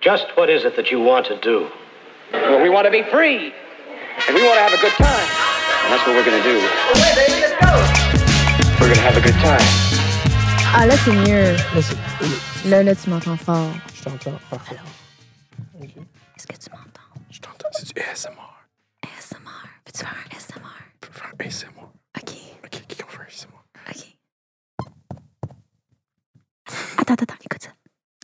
Just what is it that you want to do? Well, we want to be free, and we want to have a good time. And that's what we're going to do. Okay, baby, let's go. We're going to have a good time. Ah, là, c'est mieux. Là, tu m'entends fort. Je t'entends. Parfait. OK. Est-ce que tu m'entends? Je t'entends. C'est du ASMR. ASMR. Peux-tu faire un ASMR? Je peux faire un ASMR. OK. OK, on fait un ASMR. OK. Attends, écoute ça.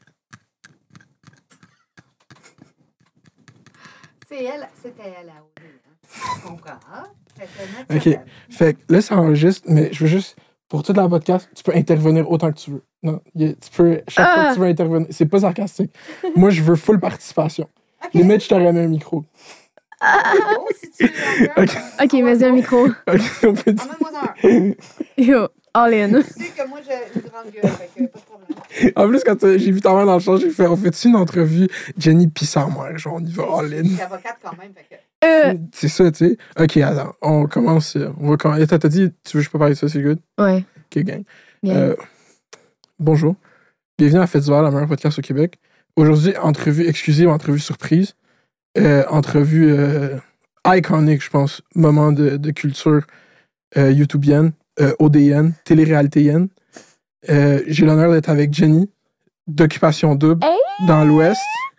C'était elle à OD. Tu comprends, hein? OK. Fait que là, ça enregistre, mais je veux juste, pour toute la podcast, tu peux intervenir autant que tu veux. Non, tu peux, chaque fois que tu veux intervenir. C'est pas sarcastique. Moi, je veux full participation. Okay. Limite, je t'aurais mis un micro. Oh, si tu veux. OK, vas-y, un micro. OK, on peut dire. Emmène-moi un. Yo, all in. Tu sais que moi, j'ai une grande gueule, fait que pas de problème. En plus, quand j'ai vu ta mère dans le champ, j'ai fait, on fait-tu une entrevue Jenny pis sa mère? Genre, on y va all in. Je suis avocate quand même, fait que... C'est ça, tu sais. OK, attends, on commence. T'as dit, tu veux que je peux parler de ça, c'est good? Ouais. OK, gang. Bien. Bonjour. Bienvenue à Faites divers, la meilleure podcast au Québec. Aujourd'hui, entrevue exclusive, entrevue surprise. Entrevue iconique, je pense. Moment de culture youtubienne, ODN, télé-réalitéenne. J'ai l'honneur d'être avec Jenny, d'Occupation Double, dans l'Ouest.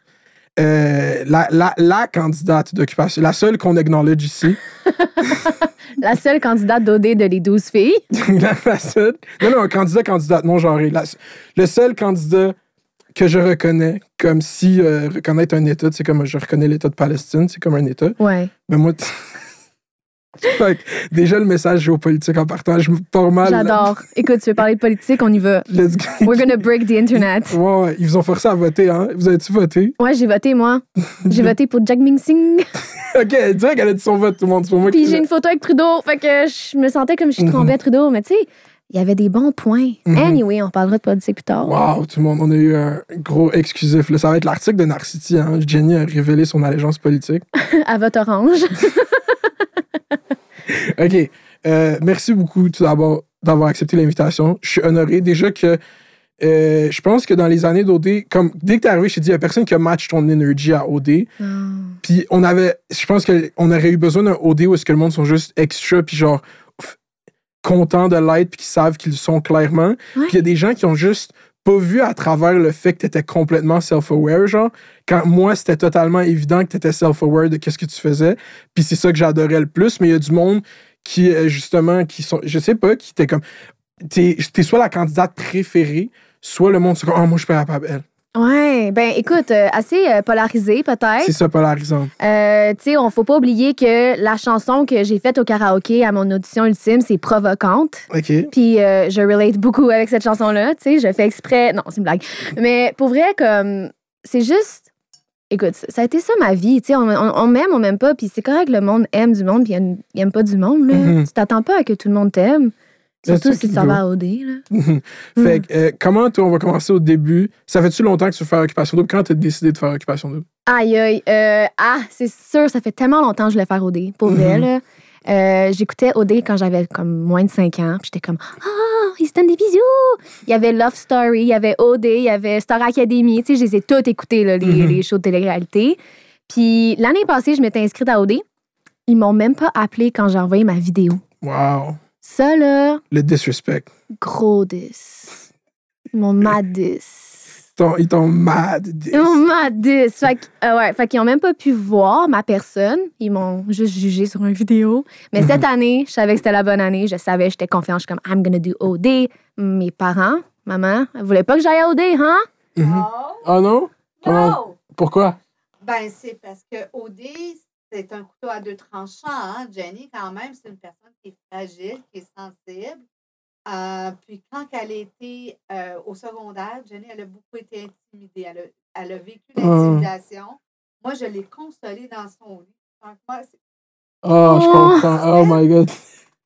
La candidate d'Occupation, la seule qu'on acknowledge ici. La seule candidate d'OD de les 12 filles. la seule. Non, candidate non genrée. Le seul candidat que je reconnais comme si reconnaître un État, c'est comme je reconnais l'État de Palestine, c'est comme un État. Ouais. Mais moi, fait que déjà le message géopolitique en partant, je me pars mal. J'adore. Écoute, tu veux parler de politique, on y va. Let's go. We're gonna break the internet. Ouais, ils vous ont forcé à voter, hein? Vous avez-tu voté? Ouais, j'ai voté, moi. J'ai voté pour Jack Ming-Sing. OK, direct, elle a dit son vote, tout le monde. C'est pour moi Puis j'ai une photo avec Trudeau, fait que je me sentais comme si je tromblais à Trudeau. Mais tu sais, il y avait des bons points. Anyway, on parlera de politique plus tard. Wow, tout le monde, on a eu un gros exclusif. Là, ça va être l'article de Narcity, hein? Jenny a révélé son allégeance politique. À vote orange. OK. Merci beaucoup, tout d'abord, d'avoir accepté l'invitation. Je suis honoré. Déjà que je pense que dans les années d'OD, comme dès que t'es arrivé, je t'ai dit, il n'y a personne qui a match ton énergie à OD. Puis je pense qu'on aurait eu besoin d'un OD où est-ce que le monde sont juste extra, puis genre contents de l'être, puis qui savent qu'ils le sont clairement. Ouais. Puis il y a des gens qui ont juste pas vu à travers le fait que t'étais complètement self-aware, genre. Quand moi, c'était totalement évident que t'étais self-aware de qu'est-ce que tu faisais. Puis c'est ça que j'adorais le plus. Mais il y a du monde qui, justement, qui sont, je sais pas, qui t'es comme, t'es soit la candidate préférée, soit le monde, c'est comme, moi, je suis pas capable, elle. Ouais, ben écoute, assez polarisé peut-être. C'est ça, polarisant. Tu sais, on faut pas oublier que la chanson que j'ai faite au karaoké à mon audition ultime, c'est Provocante. OK. Puis je relate beaucoup avec cette chanson-là, tu sais, je fais exprès. Non, c'est une blague. Mais pour vrai, comme, c'est juste... Écoute, ça a été ça ma vie, tu sais, on m'aime, on m'aime pas, puis c'est correct, le monde aime du monde, puis il aime pas du monde, là. Tu t'attends pas à que tout le monde t'aime. Surtout si ça va à OD, là. Fait que, comment, toi, on va commencer au début. Ça fait-tu longtemps que tu veux faire Occupation Double? Quand t'as décidé de faire Occupation Double? Aïe, c'est sûr, ça fait tellement longtemps que je voulais faire OD, pour vrai, là. J'écoutais OD quand j'avais comme moins de 5 ans, puis j'étais comme, ils se donnent des bisous! Il y avait Love Story, il y avait OD, il y avait Star Academy, tu sais, je les ai toutes écoutées, là, les shows de télé-réalité. Puis l'année passée, je m'étais inscrite à OD. Ils m'ont même pas appelé quand j'ai envoyé ma vidéo. Wow. Ça, là... Le disrespect. Gros dis. Ils m'ont mad dis. Ils t'ont mad dis. Ils m'ont mad dis. Fait qu'ils ont même pas pu voir ma personne. Ils m'ont juste jugé sur une vidéo. Mais cette année, je savais que c'était la bonne année. Je savais, j'étais confiante. Je suis comme, I'm gonna do OD. Mes parents, maman, elle voulait pas que j'aille à OD, hein? Non. Ah non? Non. Pourquoi? Ben, c'est parce que OD, c'est un couteau à deux tranchants, hein? Jenny, quand même, c'est une personne qui est fragile, qui est sensible. Puis quand elle était au secondaire, Jenny, elle a beaucoup été intimidée. Elle a vécu l'intimidation. Moi, je l'ai consolée dans son lit. Donc, moi, je comprends. Oh my God.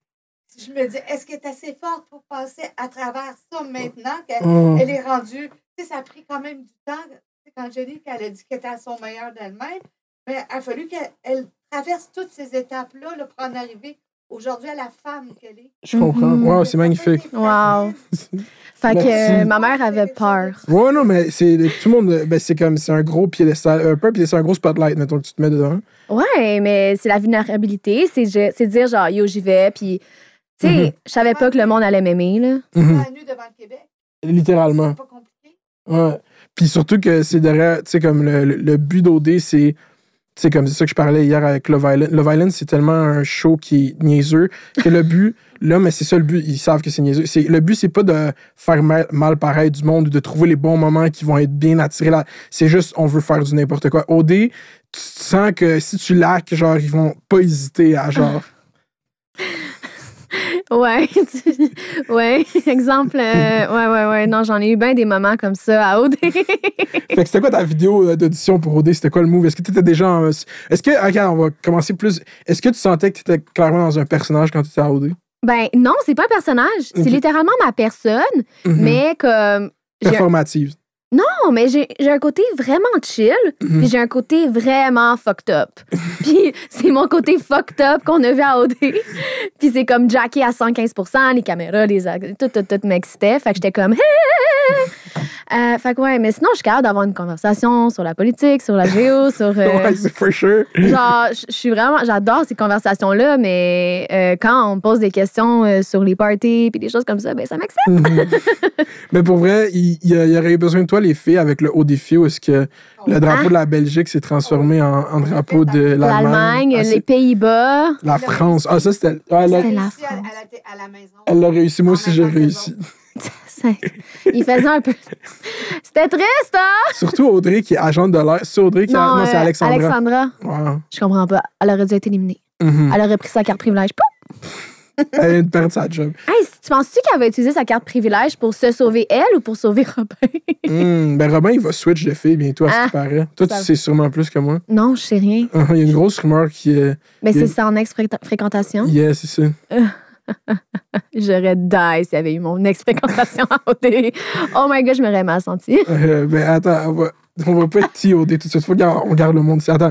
Je me dis, est-ce qu'elle est assez forte pour passer à travers ça maintenant qu'elle est rendue... Tu sais, ça a pris quand même du temps. Quand Jenny, elle a dit qu'elle était à son meilleur d'elle-même, mais il a fallu qu'elle traverse toutes ces étapes-là là, pour en arriver aujourd'hui à la femme qu'elle est. Je comprends. Wow, c'est magnifique. Wow. Fait que Merci. ma mère avait peur. Ouais, non, mais c'est tout le monde. Ben, c'est comme, c'est un gros piédestal. Un peu, c'est un gros spotlight, mettons, que tu te mets dedans. Ouais, mais c'est la vulnérabilité. C'est dire, genre, yo, j'y vais. Puis, tu sais, je savais pas que le monde allait m'aimer, là. Mhm. À nu devant le Québec. Littéralement. C'est pas compliqué. Ouais. Puis surtout que c'est derrière, tu sais, comme le but d'OD, c'est. Tu sais, comme c'est ça que je parlais hier avec Love Island. Love Island, c'est tellement un show qui est niaiseux que le but, là, mais c'est ça le but, ils savent que c'est niaiseux. Le but, c'est pas de faire mal pareil du monde ou de trouver les bons moments qui vont être bien attirés là. C'est juste, on veut faire du n'importe quoi. OD, tu sens que si tu lacks, genre, ils vont pas hésiter à, genre. Ouais. Ouais. Exemple, ouais. Non, j'en ai eu bien des moments comme ça à OD. Fait que c'était quoi ta vidéo d'audition pour OD? C'était quoi le move? Est-ce que tu étais déjà en... Est-ce que... Regarde, on va commencer plus... Est-ce que tu sentais que tu étais clairement dans un personnage quand tu étais à OD? Ben, non, c'est pas un personnage. Ok. C'est littéralement ma personne, Mhm. mais comme. Performative. Non, mais j'ai un côté vraiment chill, Mhm. puis j'ai un côté vraiment fucked up. Puis c'est mon côté fucked up qu'on a vu à OD. Puis c'est comme jacké à 115%, les caméras, tout m'excitait. Fait que j'étais comme... fait que ouais, mais sinon, je suis capable d'avoir une conversation sur la politique, sur la géo, sur... Ouais, c'est for sure. Genre, je suis vraiment... J'adore ces conversations-là, mais quand on me pose des questions sur les parties puis des choses comme ça, ben ça m'excite. Mhm. Mais pour vrai, il y aurait eu besoin de toi, les filles, avec le haut défi où est-ce que le drapeau de la Belgique s'est transformé en drapeau de l'Allemagne. L'Allemagne, les Pays-Bas. La France. Ah, ça, c'était... Ah, elle, C'était la Réussi France. à la maison. elle l'a réussi. Moi aussi, En j'ai même temps que réussi. Il faisait un peu... C'était triste, hein? Surtout Audrey, qui est agente de l'air. C'est Audrey qui est... Non, c'est Alexandra. Alexandra. Wow. Je comprends pas. Elle aurait dû être éliminée. Mhm. Elle aurait pris sa carte privilège. Pouf! Elle vient de perdre sa job. Hey, tu penses-tu qu'elle va utiliser sa carte privilège pour se sauver elle ou pour sauver Robin? Ben Robin, il va switch de fille bientôt, à ce qui paraît. Toi, ça- tu sais sûrement plus que moi. Non, je sais rien. Il y a une grosse rumeur qui est... Mais Il y a- c'est son ex-fréquentation. Yeah, c'est ça. J'aurais die s'il y avait eu mon ex-fréquentation à OD. Oh my God, je m'aurais mal sentie. Ben attends, on va pas être TOD tout de suite. On garde le monde ici. Attends.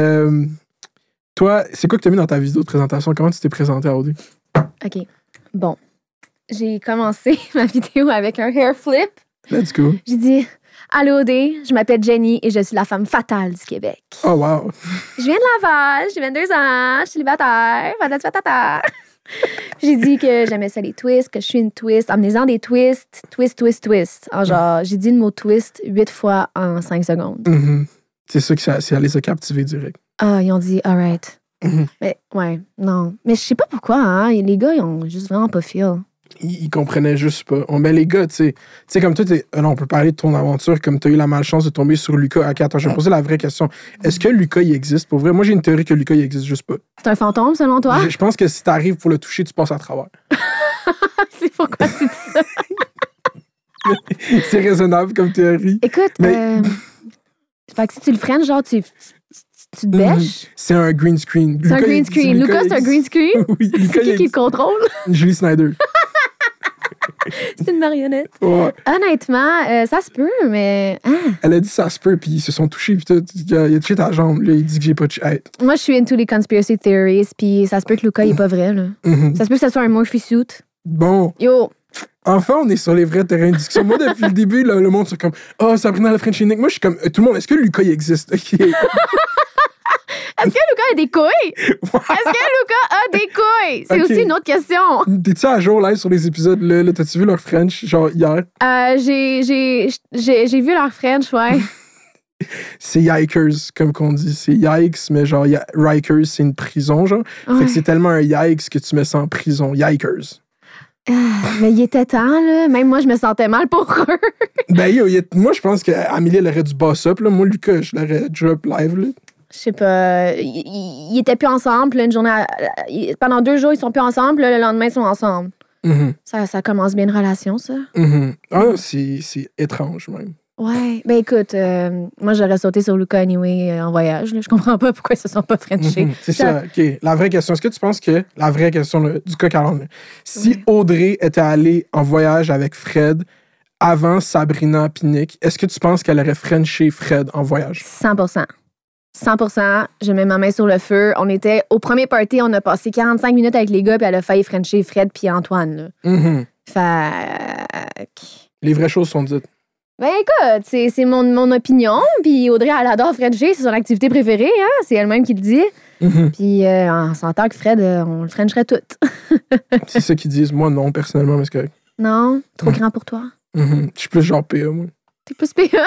Toi, c'est quoi que tu as mis dans ta vidéo de présentation? Comment tu t'es présenté à OD? OK. Bon. J'ai commencé ma vidéo avec un hair flip. Let's go. J'ai dit allô OD, je m'appelle Jenny et je suis la femme fatale du Québec. Oh, wow. Je viens de Laval, j'ai 22 ans, je suis célibataire, patata. J'ai dit que j'aimais ça les twists, que je suis une twist. Amenez-en des twists, twist. Genre, j'ai dit le mot twist 8 fois en 5 secondes. Mhm. C'est ça que c'est allé se captiver direct. Ah, ils ont dit alright. Mhm. Mais ouais, non. Mais je sais pas pourquoi, hein. Les gars, ils ont juste vraiment pas feel. Ils comprenaient juste pas. Ben, les gars, tu sais, comme toi, non, on peut parler de ton aventure, comme tu as eu la malchance de tomber sur Lucas. Ok, attends, je vais poser la vraie question. Est-ce que Lucas, il existe pour vrai? Moi, j'ai une théorie que Lucas, il existe juste pas. C'est un fantôme, selon toi? Je pense que si t'arrives pour le toucher, tu passes à travers. C'est pourquoi tu dis ça. C'est raisonnable comme théorie. Écoute, Mais- fait que si tu le freines, genre, tu te bêches. C'est un green screen. C'est un green screen. Lucas, c'est un green screen? Oui, Lucas, C'est qui le contrôle? Julie Snyder. C'est une marionnette. Ouais. Honnêtement, ça se peut, mais... hein. Elle a dit ça se peut, puis ils se sont touchés, puis tout. Il a touché ta jambe. Là, il dit que j'ai pas touché. Hey. Moi, je suis into les conspiracy theories, puis ça se peut que Lucas, il est pas vrai, là. Mhm. Ça se peut que ça soit un Morphe suit. Bon, Yo, enfin, on est sur les vrais terrains de discussion. Moi, depuis le début, là, le monde, c'est comme « Oh, Sabrina la French Nick. » Moi, je suis comme tout le monde, est-ce que Lucas, il existe? OK. est-ce que Lucas a des couilles? Est-ce que Lucas a des couilles? C'est Ok. aussi une autre question. T'es-tu à jour, là, sur les épisodes? Là, t'as-tu vu leur French, genre, hier? J'ai vu leur French, ouais. C'est Yikers, comme qu'on dit. C'est Yikes, mais genre, Rikers, c'est une prison, genre. Fait Ouais. que c'est tellement un Yikes que tu mets ça en prison. Yikers. Mais il était temps, là. Même moi, je me sentais mal pour eux. Ben, moi, je pense qu'Amélie, elle aurait dû boss up, là. Moi, Lucas, je l'aurais drop live, là. Je sais pas. Ils étaient plus ensemble. Là, une journée pendant 2 jours, ils sont plus ensemble. Là, le lendemain, ils sont ensemble. Mhm. Ça commence bien une relation, ça. Mhm. Ah, c'est étrange, même. Ouais. Ben écoute, moi, j'aurais sauté sur Lucas anyway en voyage. Là. Je comprends pas pourquoi ils se sont pas frenchés. Mhm. C'est ça, OK. La vraie question, est-ce que tu penses que, la vraie question là, du coq à l'âne, là, si Ouais. Audrey était allée en voyage avec Fred avant Sabrina Pinnick, est-ce que tu penses qu'elle aurait frenché Fred en voyage? 100%. 100%, je mets ma main sur le feu. On était au premier party, on a passé 45 minutes avec les gars, puis elle a failli frencher Fred puis Antoine. Là. Mhm. Fait que... Les vraies choses sont dites. Ben écoute, c'est mon opinion, puis Audrey, elle adore frencher, c'est son activité préférée, hein? C'est elle-même qui le dit. Mhm. Puis on s'entend que Fred, on le frencherait tout. C'est ça qu'ils disent. Moi, non, personnellement, mais c'est correct. Non? Trop grand pour toi? Mhm. Je suis plus genre PA, moi. T'es plus PA?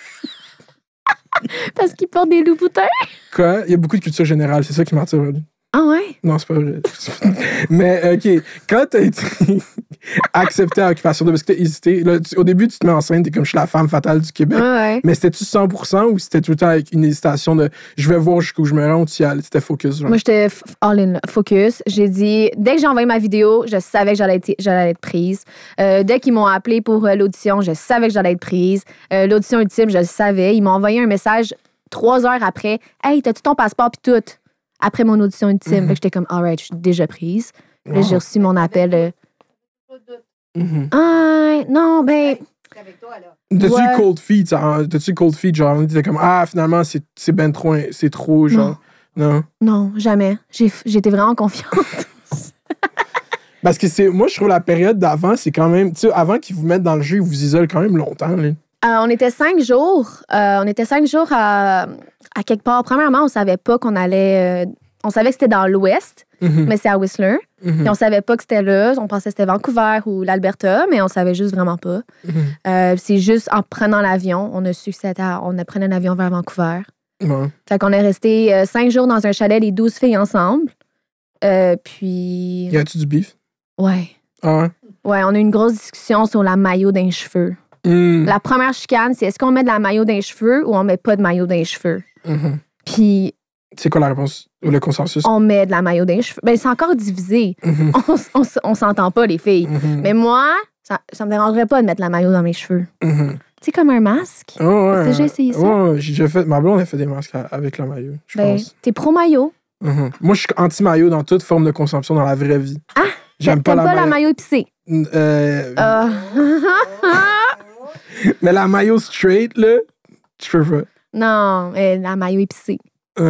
Parce qu'il porte des loups-boutins? Quoi? Il y a beaucoup de culture générale, c'est ça qui m'attire. Ah ouais? Non, c'est pas vrai. Mais, OK, quand t'as été accepté à l'occupation double, parce que t'as hésité, là, au début, tu te mets enceinte, t'es comme je suis la femme fatale du Québec. Ouais. Mais c'était-tu 100% ou c'était tout le temps avec une hésitation de je vais voir jusqu'où je me rends ou tu y allais? C'était focus, genre? Moi, j'étais all-in, là, focus. J'ai dit, dès que j'ai envoyé ma vidéo, je savais que j'allais être prise. Dès qu'ils m'ont appelé pour l'audition, je savais que j'allais être prise. L'audition ultime, je le savais. Ils m'ont envoyé un message 3 heures après. Hey, t'as-tu ton passeport pis tout? Après mon audition ultime. Fait que j'étais comme, alright, je suis déjà prise. Puis là, j'ai reçu mon appel. Mhm. Ah, non, ben. C'est avec toi, là. T'as-tu Ouais. eu cold feet? T'as-tu eu cold feet? Genre, on disait comme, finalement, c'est ben trop, c'est trop, genre. Non. Non, jamais. J'étais vraiment confiante. Parce que moi, je trouve la période d'avant, c'est quand même, tu sais, avant qu'ils vous mettent dans le jeu, ils vous isolent quand même longtemps, là. On était 5 jours. À quelque part. Premièrement, on savait pas qu'on allait. On savait que c'était dans l'Ouest, Mhm. mais c'est à Whistler. Mhm. Puis on savait pas que c'était là. On pensait que c'était Vancouver ou l'Alberta, mais on savait juste vraiment pas. Mhm. C'est juste en prenant l'avion, on a su que on prenait l'avion vers Vancouver. Ouais. Fait qu'on est resté 5 jours dans un chalet, les 12 filles ensemble. Puis. Y a-tu du beef? Ouais. Ah ouais? Ouais, on a eu une grosse discussion sur la maillot d'un cheveu. Mm. La première chicane, c'est est-ce qu'on met de la maillot dans les cheveux ou on met pas de maillot dans les cheveux? Mhm. Puis C'est quoi la réponse? Ou le consensus? on met de la maillot dans les cheveux. Ben, c'est encore divisé. Mhm. On s'entend pas, les filles. Mhm. Mais moi, ça me dérangerait pas de mettre la maillot dans mes cheveux. Mhm. Tu sais, comme un masque. Oh, ouais. T'as déjà essayé ça? Ouais, j'ai déjà fait. Ma blonde a fait des masques avec la maillot, je Ben, pense. t'es pro-maillot. Mhm. Moi, je suis anti-maillot dans toute forme de consommation dans la vraie vie. Ah! J'aime pas T'aimes la pas la maillot. maillot épicée. Euh, Mais la maillot straight, là, je peux pas. Non, la maillot épicée.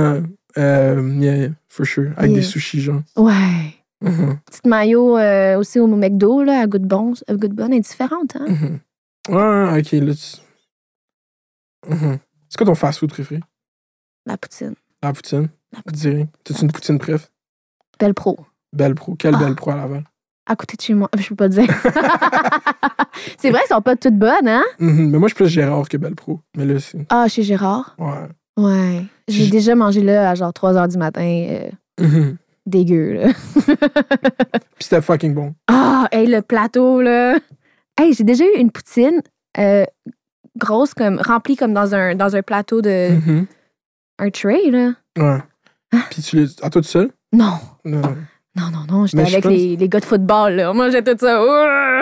Yeah, for sure. Avec Yeah. des sushis, genre. Ouais. Mhm. Petite maillot aussi au McDo, là, à Good Bonne, elle est différente, hein? Mhm. Ouais, ok, là, Mhm. C'est quoi ton fast-food préféré? La poutine. La poutine? La Je dirais. T'as-tu une poutine préf? Belle Pro. Belle Pro. Quelle Ah. Belle Pro à Laval? À côté de chez moi. Je peux pas le dire. C'est vrai qu'elles sont pas toutes bonnes, hein? Mhm. Mais moi, je suis plus Gérard que Belle Pro. Mais là, c'est. Ah, chez Gérard? Ouais. Ouais. J'ai J- déjà mangé là à genre 3 h du matin. Mhm. Dégueu, là. Puis c'était fucking bon. Ah, hey, le plateau, là. Hey, j'ai déjà eu une poutine grosse, comme remplie comme dans un plateau de. Mhm. Un tray, là. Ouais. Puis tu l'as. À toi tout seul? Non. Non. Non. J'étais Mais je avec pense- les gars de football, là. Moi, j'ai tout ça. Ouah!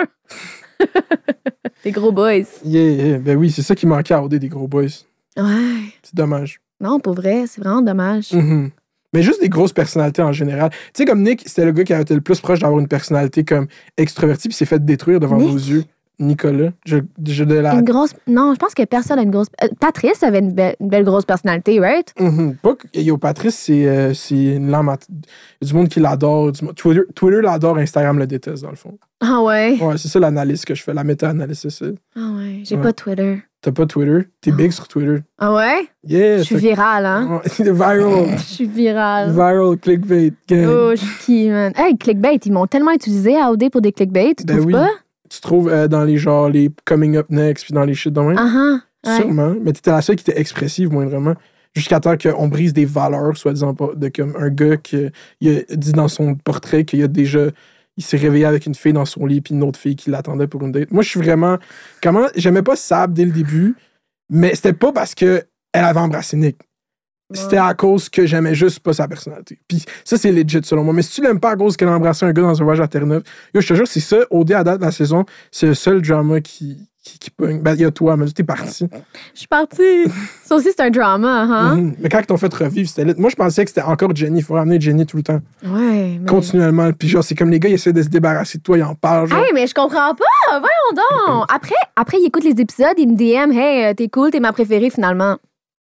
Les gros boys. Yeah. Ben oui, c'est ça qui manquait à OD des gros boys. Ouais. C'est dommage. Non, pour vrai, c'est vraiment dommage. Mhm. Mais juste des grosses personnalités en général. Tu sais, comme Nick, c'était le gars qui a été le plus proche d'avoir une personnalité comme extrovertie, puis s'est fait détruire devant Nick? vos yeux. Nicolas. De la. Une grosse. Non, je pense que personne a une grosse. Patrice avait une belle grosse personnalité, right? Mhm. Pas que Yo Patrice, c'est une lame. Il y a du monde qui l'adore. Twitter l'adore, Instagram le déteste, dans le fond. Ah ouais. Ouais, c'est ça l'analyse que je fais, la méta-analyse, c'est ça. Ah ouais. J'ai Ouais. pas Twitter. T'as pas Twitter? T'es big sur Twitter. Ah ouais? Yeah! Je suis virale, hein? Viral. Je suis virale. Viral clickbait. Gang. Oh, je suis qui, man? Hey, clickbait, ils m'ont tellement utilisé à OD pour des clickbait, tu Ben trouves oui. pas? Tu trouves dans les coming up next, puis dans les shit de même? Ah ah. Ouais. Sûrement. Mais t'étais la seule qui était expressive, moindrement. Jusqu'à temps qu'on brise des valeurs, soi-disant, de comme un gars qui il a dit dans son portrait qu'il a déjà. Il s'est réveillé avec une fille dans son lit, puis une autre fille qui l'attendait pour une date. Moi, je suis vraiment. J'aimais pas Sab dès le début, mais c'était pas parce qu'elle avait embrassé Nick. C'était à cause que j'aimais juste pas sa personnalité. Puis ça, c'est legit selon moi. Mais si tu l'aimes pas à cause qu'elle a embrassé un gars dans un voyage à Terre-Neuve, yo, je te jure, c'est ça, OD à date de la saison, c'est le seul drama qui pogne. Ben, il y a toi, mais t'es parti. Je suis partie. Ça aussi, c'est un drama, hein? Mhm. Mais quand ils t'ont fait revivre, c'était lit. Moi, je pensais que c'était encore Jenny. Il faut ramener Jenny tout le temps. Ouais. Mais... Continuellement. Puis genre, c'est comme les gars, ils essaient de se débarrasser de toi, ils en parlent. Genre. Hey, mais je comprends pas. Voyons donc. Après, ils écoutent les épisodes, ils me DM, hey, t'es cool, t'es ma préférée finalement.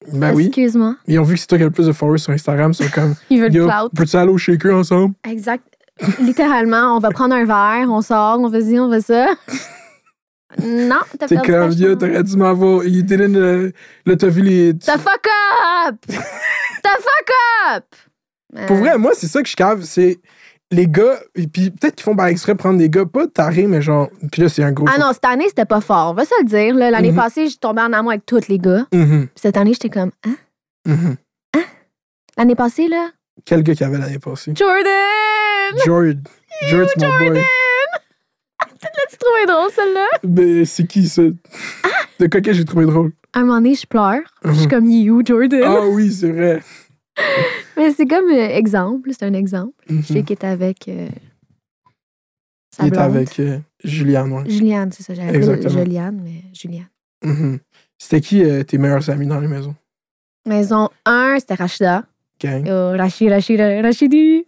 Ben oui. Excuse-moi. Ils ont vu que c'est toi qui as le plus de followers sur Instagram. Ils sont comme, Ils veulent yo, le clout. peux-tu aller au shaker ensemble? Exact. Littéralement, on va prendre un verre, on sort, on fait ci, on fait ça. Non, t'as C'est perdu comme, ta yo, chance. t'aurais dû m'avoir. You didn't. Là, t'as vu les. The fuck up! The fuck up! Pour vrai, moi, c'est ça que je cave. C'est les gars. Et puis peut-être qu'ils font par exprès prendre des gars, pas tarés, mais genre. Puis là, c'est un gros. Ah non, cette année, c'était pas fort. On va se le dire. Là. L'année passée, j'ai tombé en amour avec tous les gars. Mhm, Puis cette année, j'étais comme, hein? mhm. L'année passée, là? Quel gars qu'il y avait l'année passée? Jordan! George. George, mon boy. L'as-tu trouvé drôle, celle-là? Mais c'est qui ça? De quoi que j'ai trouvé drôle? À un moment donné, je pleure. Je suis comme, you, Jordan. Ah oui, c'est vrai. Mais c'est comme exemple. C'est un exemple. Mhm. Je sais qu'il est avec sa Il est blonde. avec Juliane, ouais. Juliane, c'est ça. J'avais Exactement. Juliane, mais Juliane. Mhm. C'était qui tes meilleurs amis dans les maisons? Maison 1, c'était Rachida. Gang. Rachidi.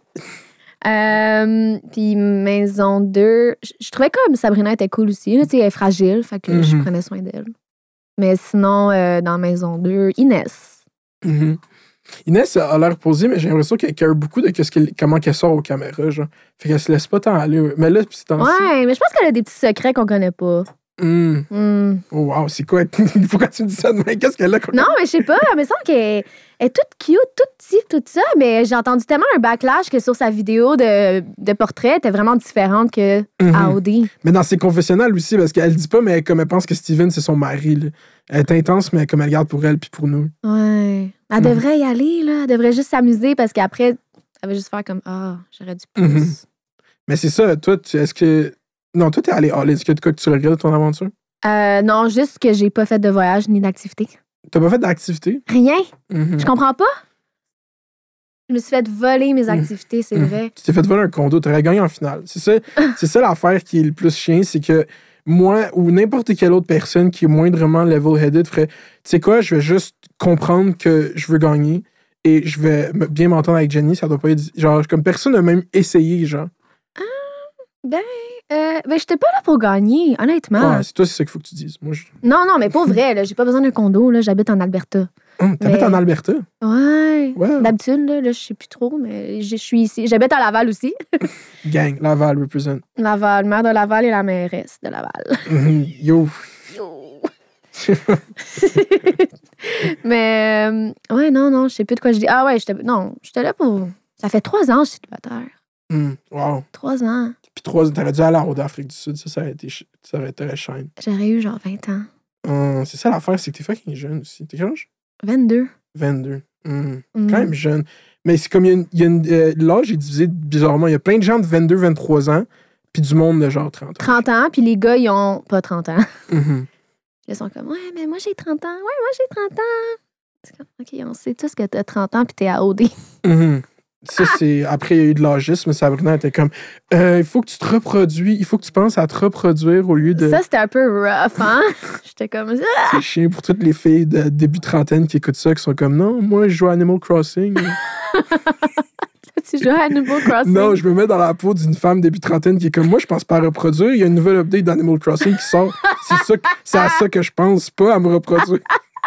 Puis maison 2, je trouvais comme Sabrina était cool aussi. Là, tu sais, elle est fragile, fait que je Mhm. prenais soin d'elle. Mais sinon, dans maison 2, Inès. Mhm. Inès a l'air posée, mais j'ai l'impression qu'elle care beaucoup de comment qu'elle sort aux caméras, genre. Fait qu'elle se laisse pas tant aller. Mais là, c'est temps-ci. Ouais, mais je pense qu'elle a des petits secrets qu'on connaît pas. Hmm. Oh, wow, c'est quoi? Pourquoi tu me dis ça de même? Qu'est-ce qu'elle a? Non, mais je sais pas, elle me semble qu'elle est toute cute, toute ci, tout ça, mais j'ai entendu tellement un backlash que sur sa vidéo de portrait, elle était vraiment différente que à OD. Mais dans ses confessionnals aussi, parce qu'elle dit pas, mais comme elle pense que Steven, c'est son mari. Là. Elle est intense, mais comme elle garde pour elle puis pour nous. Ouais. Elle devrait y aller, là. Elle devrait juste s'amuser parce qu'après, elle va juste faire comme ah, j'aurais dû plus. Mais c'est ça, toi, est-ce que. Non, toi, t'es allé all-in. Est-ce qu'il y a de quoi que tu regrettes de ton aventure? Non, juste que j'ai pas fait de voyage ni d'activité. T'as pas fait d'activité? Rien. Mhm. Je comprends pas. Je me suis fait voler mes activités, c'est vrai. Tu t'es fait voler un condo, t'aurais gagné en finale. C'est ça l'affaire qui est le plus chien, c'est que moi ou n'importe quelle autre personne qui est moindrement level-headed ferait, tu sais quoi, je vais juste comprendre que je veux gagner et je vais bien m'entendre avec Jenny, ça doit pas être... Genre, comme personne n'a même essayé, genre. Ben, j'étais pas là pour gagner, honnêtement. Ouais, c'est toi, c'est ça qu'il faut que tu dises. Moi, Non, mais pour vrai, là, j'ai pas besoin d'un condo, là, j'habite en Alberta. T'habites en Alberta? Ouais. Ouais. D'habitude, là, je sais plus trop, mais je suis ici. J'habite à Laval aussi. Gang, Laval represent. Laval, maire de Laval et la mairesse de Laval. Yo. Mais, ouais, non, je sais plus de quoi je dis. Ah ouais, j'étais là pour... Ça fait 3 ans que je suis célibataire. Wow. 3 ans. Puis 3 ans, t'aurais dû aller à la Route d'Afrique du Sud, ça aurait été shine. J'aurais eu genre 20 ans. C'est ça l'affaire, c'est que t'es fucking jeune aussi. T'es quel âge? 22. 22. Quand même jeune. Mais c'est comme, l'âge est divisé bizarrement. Il y a plein de gens de 22, 23 ans, puis du monde de genre 30 ans. 30 ans, puis les gars, ils ont pas 30 ans. Mhm. Ils sont comme, ouais, mais moi, j'ai 30 ans. Ouais, moi, j'ai 30 ans. C'est comme, OK, on sait tous que t'as 30 ans, puis t'es à OD. Mhm. Ça, c'est... Après, il y a eu de l'âgisme. Sabrina était comme, il faut que tu te reproduis, il faut que tu penses à te reproduire au lieu de... Ça, c'était un peu rough, hein? J'étais comme, ah! C'est chiant pour toutes les filles de début trentaine qui écoutent ça, qui sont comme, non, moi, je joue à Animal Crossing. Tu joues à Animal Crossing? Non, je me mets dans la peau d'une femme début trentaine qui est comme, moi, je pense pas à reproduire. Il y a une nouvelle update d'Animal Crossing qui sort. C'est à ça que je pense, pas à me reproduire.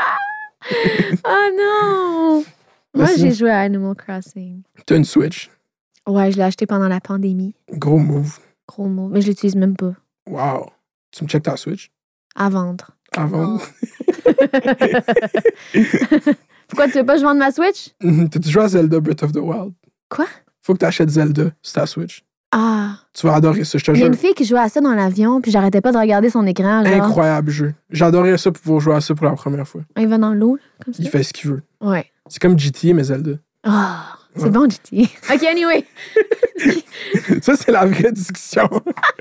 Oh non! Moi, j'ai joué à Animal Crossing. T'as une Switch. Ouais, je l'ai acheté pendant la pandémie. Gros move. Gros mot. Mais je l'utilise même pas. Wow. Tu me checkes ta Switch? À vendre. À vendre? Pourquoi tu veux pas que je vende ma Switch? T'as-tu joué à Zelda Breath of the Wild? Quoi? Faut que t'achètes Zelda sur ta Switch. Ah. Tu vas adorer ça, je te Il y a jure. une fille qui jouait à ça dans l'avion, puis j'arrêtais pas de regarder son écran. Genre. Incroyable jeu. J'adorerais ça pour pouvoir jouer à ça pour la première fois. Il va dans l'eau, là, comme ça. Il fait ce qu'il veut. Ouais. C'est comme GTA, mais Zelda. Ah, c'est Ouais. bon, JT. OK, anyway. Ça, c'est la vraie discussion.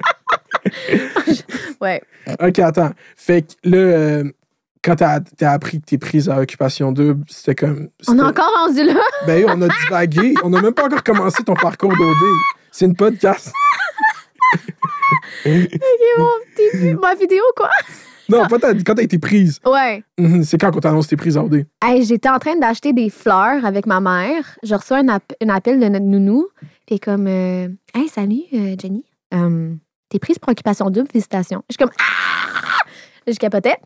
Ouais. OK, attends. Fait que là, quand t'as appris que t'es prise à Occupation Double, c'était comme... On est encore rendu là. Ben, on a divagué. On n'a même pas encore commencé ton parcours d'OD. C'est une podcast. OK, ma vidéo, quoi? Non, pas quand t'as été prise. Ouais. C'est quand qu'on t'annonce que t'es prise à OD. Hey, j'étais en train d'acheter des fleurs avec ma mère. Je reçois un appel de notre nounou. Puis comme, hey, salut, Jenny. T'es prise pour Occupation Double, félicitations. Je suis comme, ah! Je capotais.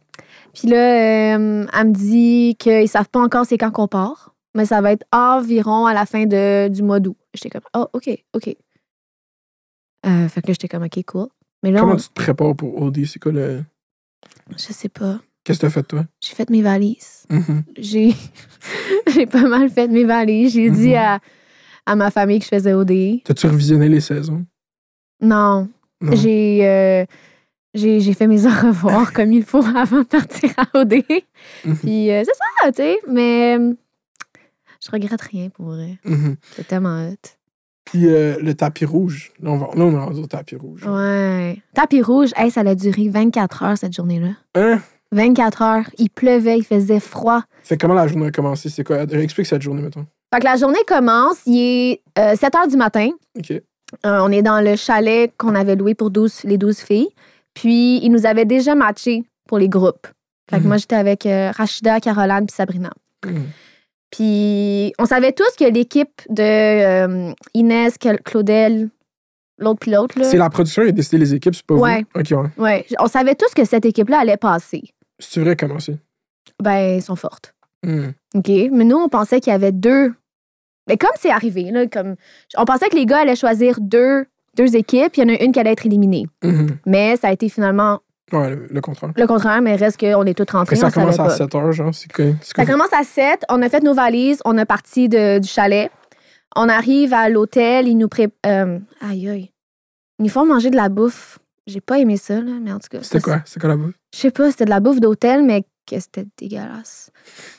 Puis là, elle me dit qu'ils savent pas encore c'est quand qu'on part, mais ça va être environ à la fin du mois d'août. J'étais comme, oh, OK. Fait que là, j'étais comme, OK, cool. Mais là, Comment tu te prépares pour OD? C'est quoi le... Je sais pas. Qu'est-ce que t'as fait, toi? J'ai fait mes valises. Mhm. J'ai pas mal fait mes valises. J'ai dit à ma famille que je faisais OD. T'as-tu revisionné les saisons? Non. Non. J'ai fait mes au revoir comme il faut avant de partir à OD. Mhm. Puis c'est ça, tu sais. Mais je regrette rien pour vrai. Mhm. C'est tellement hot. Puis le tapis rouge. Là, on est rendu au tapis rouge. Ouais. Tapis rouge, hey, ça a duré 24 heures cette journée-là. Hein? 24 heures. Il pleuvait, il faisait froid. Fait comment la journée a commencé? C'est quoi? Explique cette journée, mettons. Fait que la journée commence, il est 7 heures du matin. OK. On est dans le chalet qu'on avait loué pour les 12 filles. Puis, ils nous avaient déjà matchés pour les groupes. Fait que moi, j'étais avec Rachida, Caroline puis Sabrina. Mhm. Puis, on savait tous que l'équipe de Inès, Claudel, l'autre puis l'autre, là. C'est la production qui a décidé les équipes, c'est pas Ouais. vous? OK, ouais. Ouais, on savait tous que cette équipe-là allait passer. C'est vrai comment c'est? Ben, ils sont fortes. Mhm. OK? Mais nous, on pensait qu'il y avait deux. Mais comme c'est arrivé, là, on pensait que les gars allaient choisir deux équipes, puis il y en a une qui allait être éliminée. Mhm. Mais ça a été finalement Ouais, le contraire. le contraire, mais reste qu'on est toutes rentrées, Après, ça on savait commence à pas. 7 heures, genre. C'est quoi? Ça commence à 7, on a fait nos valises, on est parti du chalet. On arrive à l'hôtel, ils nous préparent... aïe. Ils nous font manger de la bouffe. J'ai pas aimé ça, là, mais en tout cas... C'était quoi? C'est quoi la bouffe? Je sais pas, c'était de la bouffe d'hôtel, mais que c'était dégueulasse.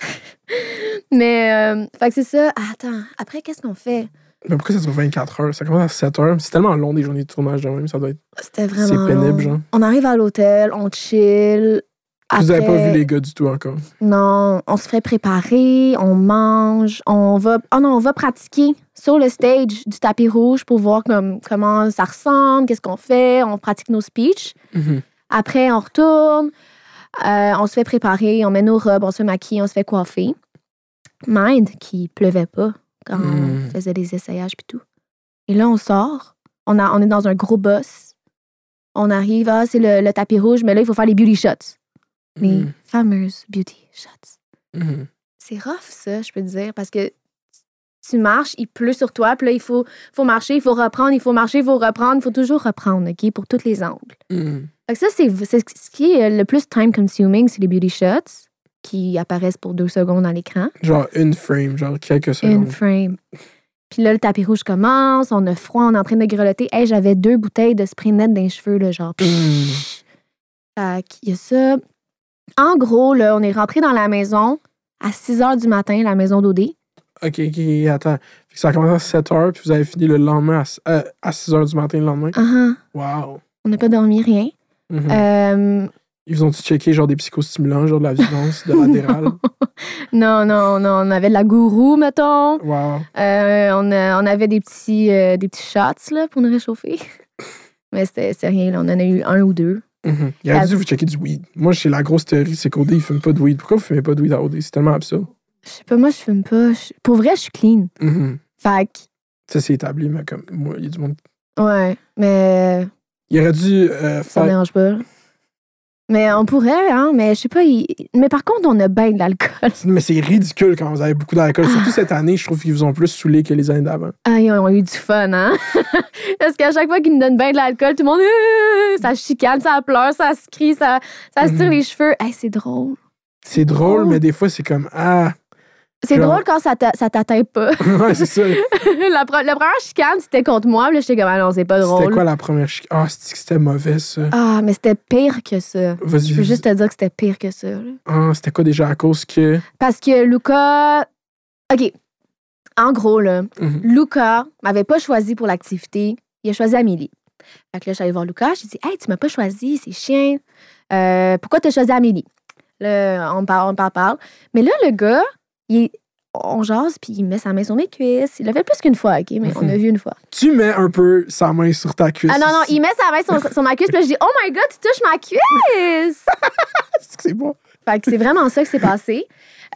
Mais, fait que c'est ça. Attends, après, qu'est-ce qu'on fait? Mais pourquoi ça dure 24 heures? Ça commence à 7 heures. C'est tellement long des journées de tournage de même, ça doit être... C'était vraiment C'est pénible, long. genre. On arrive à l'hôtel, on chill. Vous avez pas Après- vu les gars du tout encore. Non, on se fait préparer, on mange, on va pratiquer sur le stage du tapis rouge pour voir comment ça ressemble, qu'est-ce qu'on fait, on pratique nos speeches. Mhm. Après, on retourne, on se fait préparer, on met nos robes, on se fait maquiller, on se fait coiffer. Mind qu'il pleuvait pas quand on faisait des essayages puis tout. Et là, on sort, on est dans un gros bus, on arrive, c'est le tapis rouge, mais là, il faut faire les beauty shots. Les fameuses beauty shots. Mhm. C'est rough, ça, je peux te dire, parce que tu marches, il pleut sur toi, puis là, il faut marcher, il faut reprendre, il faut marcher, il faut reprendre, il faut toujours reprendre, OK, pour tous les angles. Mhm. Fait que ça, c'est ce qui est le plus time-consuming, c'est les beauty shots qui apparaissent pour 2 secondes dans l'écran. Genre une frame, genre quelques Une secondes. frame. Puis là, le tapis rouge commence, on a froid, on est en train de grelotter. Hey, j'avais 2 bouteilles de spray net dans les cheveux, là, genre. Fait qu'il y a ça. En gros, là, on est rentré dans la maison à 6 h du matin, la maison d'OD. OK, attends. Fait que ça a commencé à 7 heures, puis vous avez fini le lendemain à 6 heures du matin le lendemain. Wow. On n'a pas dormi, rien. Mhm. Ils vous ont-tu checké genre des psychostimulants, genre de la violence, de l'adéral? Non, on avait de la gourou, mettons. Wow. On avait des petits shots là, pour nous réchauffer. Mais c'était rien, là. On en a eu 1 ou 2. Mhm. Il aurait dû vous checker du weed. Moi, j'ai la grosse théorie, c'est qu'OD, il fume pas de weed. Pourquoi vous fumez pas de weed à OD? C'est tellement absurde. Je sais pas, moi, je fume pas. Pour vrai, je suis clean. Mhm. Fait que, Ça, c'est établi, mais comme moi, il y a du monde. ouais, mais Il aurait dû ça me faire. dérange pas. Mais on pourrait, hein, mais je sais pas. Mais par contre, on a bien de l'alcool. Mais c'est ridicule quand vous avez beaucoup d'alcool. Surtout cette année, je trouve qu'ils vous ont plus saoulé que les années d'avant. Ah, ils ont eu du fun, hein? Parce qu'à chaque fois qu'ils nous donnent bien de l'alcool, tout le monde, ça chicane, ça pleure, ça se crie, ça se tire les cheveux. Hey, c'est drôle. C'est drôle, mais des fois, c'est comme C'est genre- drôle quand ça t'atteint pas. Ouais, c'est ça. La première chicane, c'était contre moi. Puis là, j'étais comme, ah non, c'est pas drôle. C'était quoi la première Ah, c'était mauvais, ça. Ah, mais c'était pire que ça. Vas-y. Je peux juste te dire que c'était pire que ça. Là. Ah, c'était quoi déjà à cause que. Parce que Luca... OK. En gros, là, Luca m'avait pas choisi pour l'activité. Il a choisi Amélie. Fait que là, je suis allée voir Luca. J'ai dit, hey, tu m'as pas choisi, c'est chien. Pourquoi t'as choisi Amélie? Là, on parle. Mais là, le gars, on jase, puis il met sa main sur mes cuisses. Il l'a fait plus qu'une fois, OK? Mais on a vu une fois. Tu mets un peu sa main sur ta cuisse. Ah non, il met sa main sur ma cuisse, puis là, je dis, oh my God, tu touches ma cuisse! C'est bon. Fait que c'est vraiment ça qui s'est passé.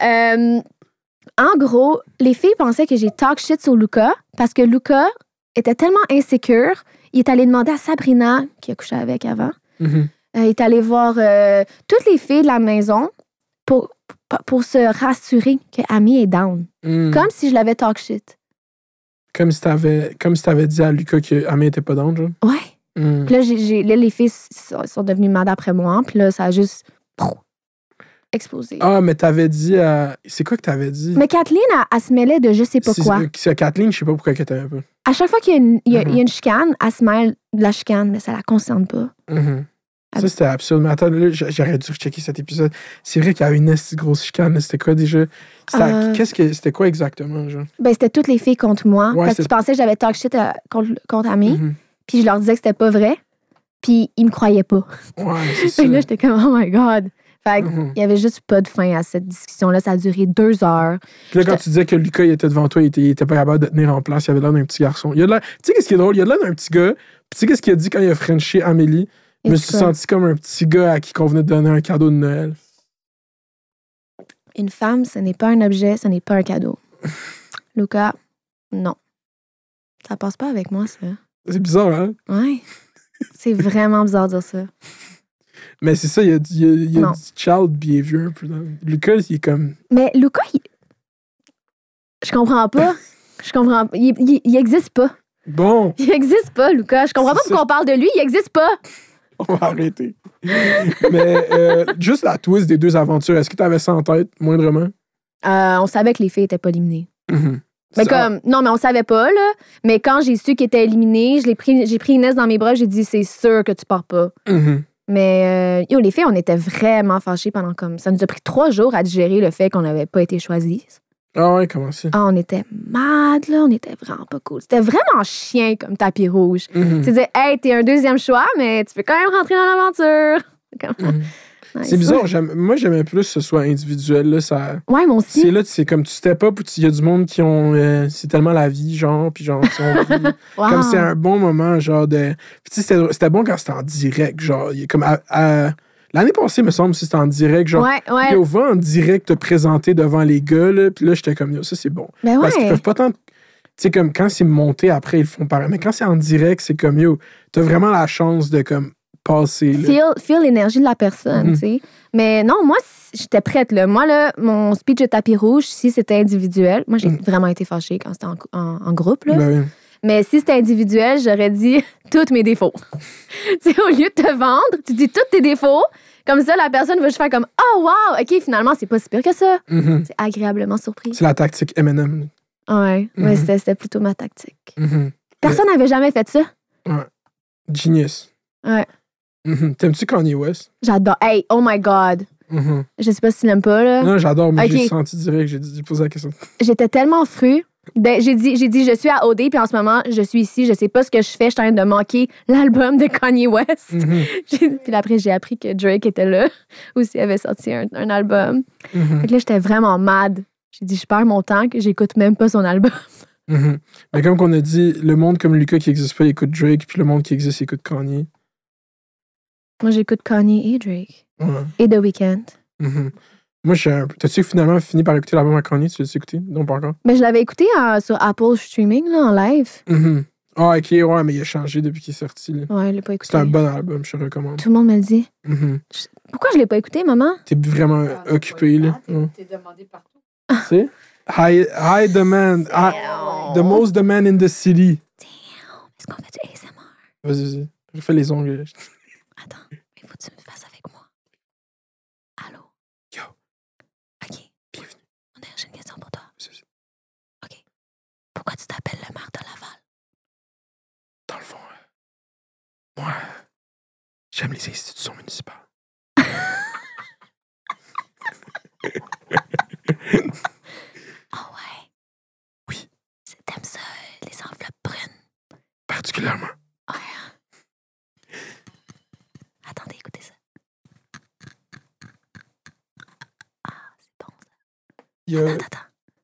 En gros, les filles pensaient que j'ai talk shit sur Luca parce que Luca était tellement insécure, il est allé demander à Sabrina, qui a couché avec avant, Il est allé voir toutes les filles de la maison pour se rassurer que Amy est down. Comme si je l'avais talk shit. Comme si t'avais dit à Lucas que Amy était pas down, genre. Ouais. Puis là, les filles sont devenues mad après moi. Puis là, ça a juste explosé. Ah, mais t'avais dit à... C'est quoi que t'avais dit? Mais Kathleen, elle se mêlait de je sais pas quoi. C'est Kathleen, je sais pas pourquoi elle t'aimait pas. À chaque fois qu'il y a une chicane, elle se mêle de la chicane, mais ça la concerne pas. Ça, c'était absurde. Mais attends, là, j'aurais dû rechecker cet épisode. C'est vrai qu'il y avait une grosse chicane. Là. C'était quoi déjà? C'était quoi exactement, genre? Ben, c'était toutes les filles contre moi. Ouais, parce qu'ils pensaient que j'avais talk shit contre Amy. Puis je leur disais que c'était pas vrai. Puis ils me croyaient pas. Ouais, c'est ça. Et là, j'étais comme, oh my God. Fait qu'il y avait juste pas de fin à cette discussion-là. Ça a duré 2 heures. Puis là, quand tu disais que Lucas il était devant toi, il était pas capable de tenir en place, il avait l'air d'un petit garçon. Tu sais, qu'est-ce qui est drôle? Il a l'air d'un petit gars. Puis tu sais, qu'est-ce qu'il a dit quand il a frenché Amélie? Je me suis senti comme un petit gars à qui on venait de donner un cadeau de Noël. Une femme, ce n'est pas un objet, ce n'est pas un cadeau. Lucas, non. Ça passe pas avec moi, ça. C'est bizarre, hein? Ouais. C'est vraiment bizarre de dire ça. Mais c'est ça, il y a du child behavior un peu. Lucas, il est comme... Mais Lucas, je comprends pas. Il existe pas. Bon. Il existe pas, Lucas. Je comprends pas pourquoi on parle de lui. Il existe pas. On va arrêter. Mais juste la twist des 2 aventures, est-ce que tu avais ça en tête, moindrement? On savait que les filles étaient pas éliminées. Mais non, mais on savait pas, là. Mais quand j'ai su qu'ils étaient éliminés, j'ai pris Inès dans mes bras, j'ai dit, c'est sûr que tu pars pas. Mais, les filles, on était vraiment fâchés pendant comme... Ça nous a pris 3 jours à digérer le fait qu'on n'avait pas été choisis. Ah ouais, comment ça? Ah, on était mad, là. On était vraiment pas cool. C'était vraiment chien comme tapis rouge. Tu disais, hey, t'es un 2e choix, mais tu peux quand même rentrer dans l'aventure. C'est bizarre. Moi, j'aimais plus que ce soit individuel. Là, ouais, moi aussi. C'est comme tu step up, il y a du monde qui ont... c'est tellement la vie, genre, puis genre, comme c'est un bon moment, genre, de... Puis tu sais, c'était bon quand c'était en direct, genre, comme l'année passée, me semble, c'était en direct, genre, ouais. Yo, va en direct te présenter devant les gars, là, puis là, j'étais comme, yo, ça, c'est bon. Ben Parce qu'ils peuvent pas tant... Tu sais, comme, quand c'est monté, après, ils le font pareil. Mais quand c'est en direct, c'est comme, yo, t'as vraiment la chance de, comme, passer, là. Feel l'énergie de la personne, tu sais. Mais non, moi, j'étais prête, là. Moi, là, mon speech de tapis rouge, si c'était individuel, moi, j'ai vraiment été fâchée quand c'était en groupe, là. Ben oui. Mais si c'était individuel, j'aurais dit tous mes défauts. Tu sais, au lieu de te vendre, tu dis tous tes défauts. Comme ça, la personne va juste faire comme « Oh, wow! OK, finalement, c'est pas si pire que ça. C'est agréablement surpris. C'est la tactique M&M. Ouais, c'était plutôt ma tactique. Personne n'avait jamais fait ça. Ouais. Genius. Ouais. T'aimes-tu Kanye West? J'adore. Hey, oh my God. Je sais pas si tu l'aimes pas, là. Non, j'adore, mais j'ai senti direct, j'ai posé la question. J'étais tellement fru. J'ai dit, je suis à OD, puis en ce moment, je suis ici, je sais pas ce que je fais, je suis en train de manquer l'album de Kanye West. Puis après, j'ai appris que Drake était là, aussi avait sorti un album. Fait que là, j'étais vraiment mad. J'ai dit, je perds mon temps, que j'écoute même pas son album. Mais comme qu'on a dit, le monde comme Lucas qui existe pas, il écoute Drake, puis le monde qui existe, il écoute Kanye. Moi, j'écoute Kanye et Drake. Et The Weeknd. Moi, t'as-tu finalement fini par écouter l'album à Kanye? Tu l'as écouté? Non, pas encore. Mais je l'avais écouté sur Apple Streaming, là, en live. Ah, OK, ouais, mais il a changé depuis qu'il est sorti. Là. Ouais, je l'ai pas écouté. C'est un bon album, je te recommande. Tout le monde me le dit. Pourquoi je l'ai pas écouté, maman? T'es vraiment occupé, là. T'es demandé partout. Tu sais? High demand. The most demand in the city. Damn. Est-ce qu'on fait du ASMR? Vas-y. Je fais les ongles. Attends, il faut que tu me fasses avec moi. Allô? Yo. OK. Bienvenue. J'ai une question pour toi. OK. Pourquoi tu t'appelles le maire de Laval? Dans le fond, moi, j'aime les institutions municipales. Ah ouais? Oui. T'aimes ça, les enveloppes brunes? Particulièrement. Ouais. Attendez, écoutez ça. Ah, c'est bon, ça. Attends.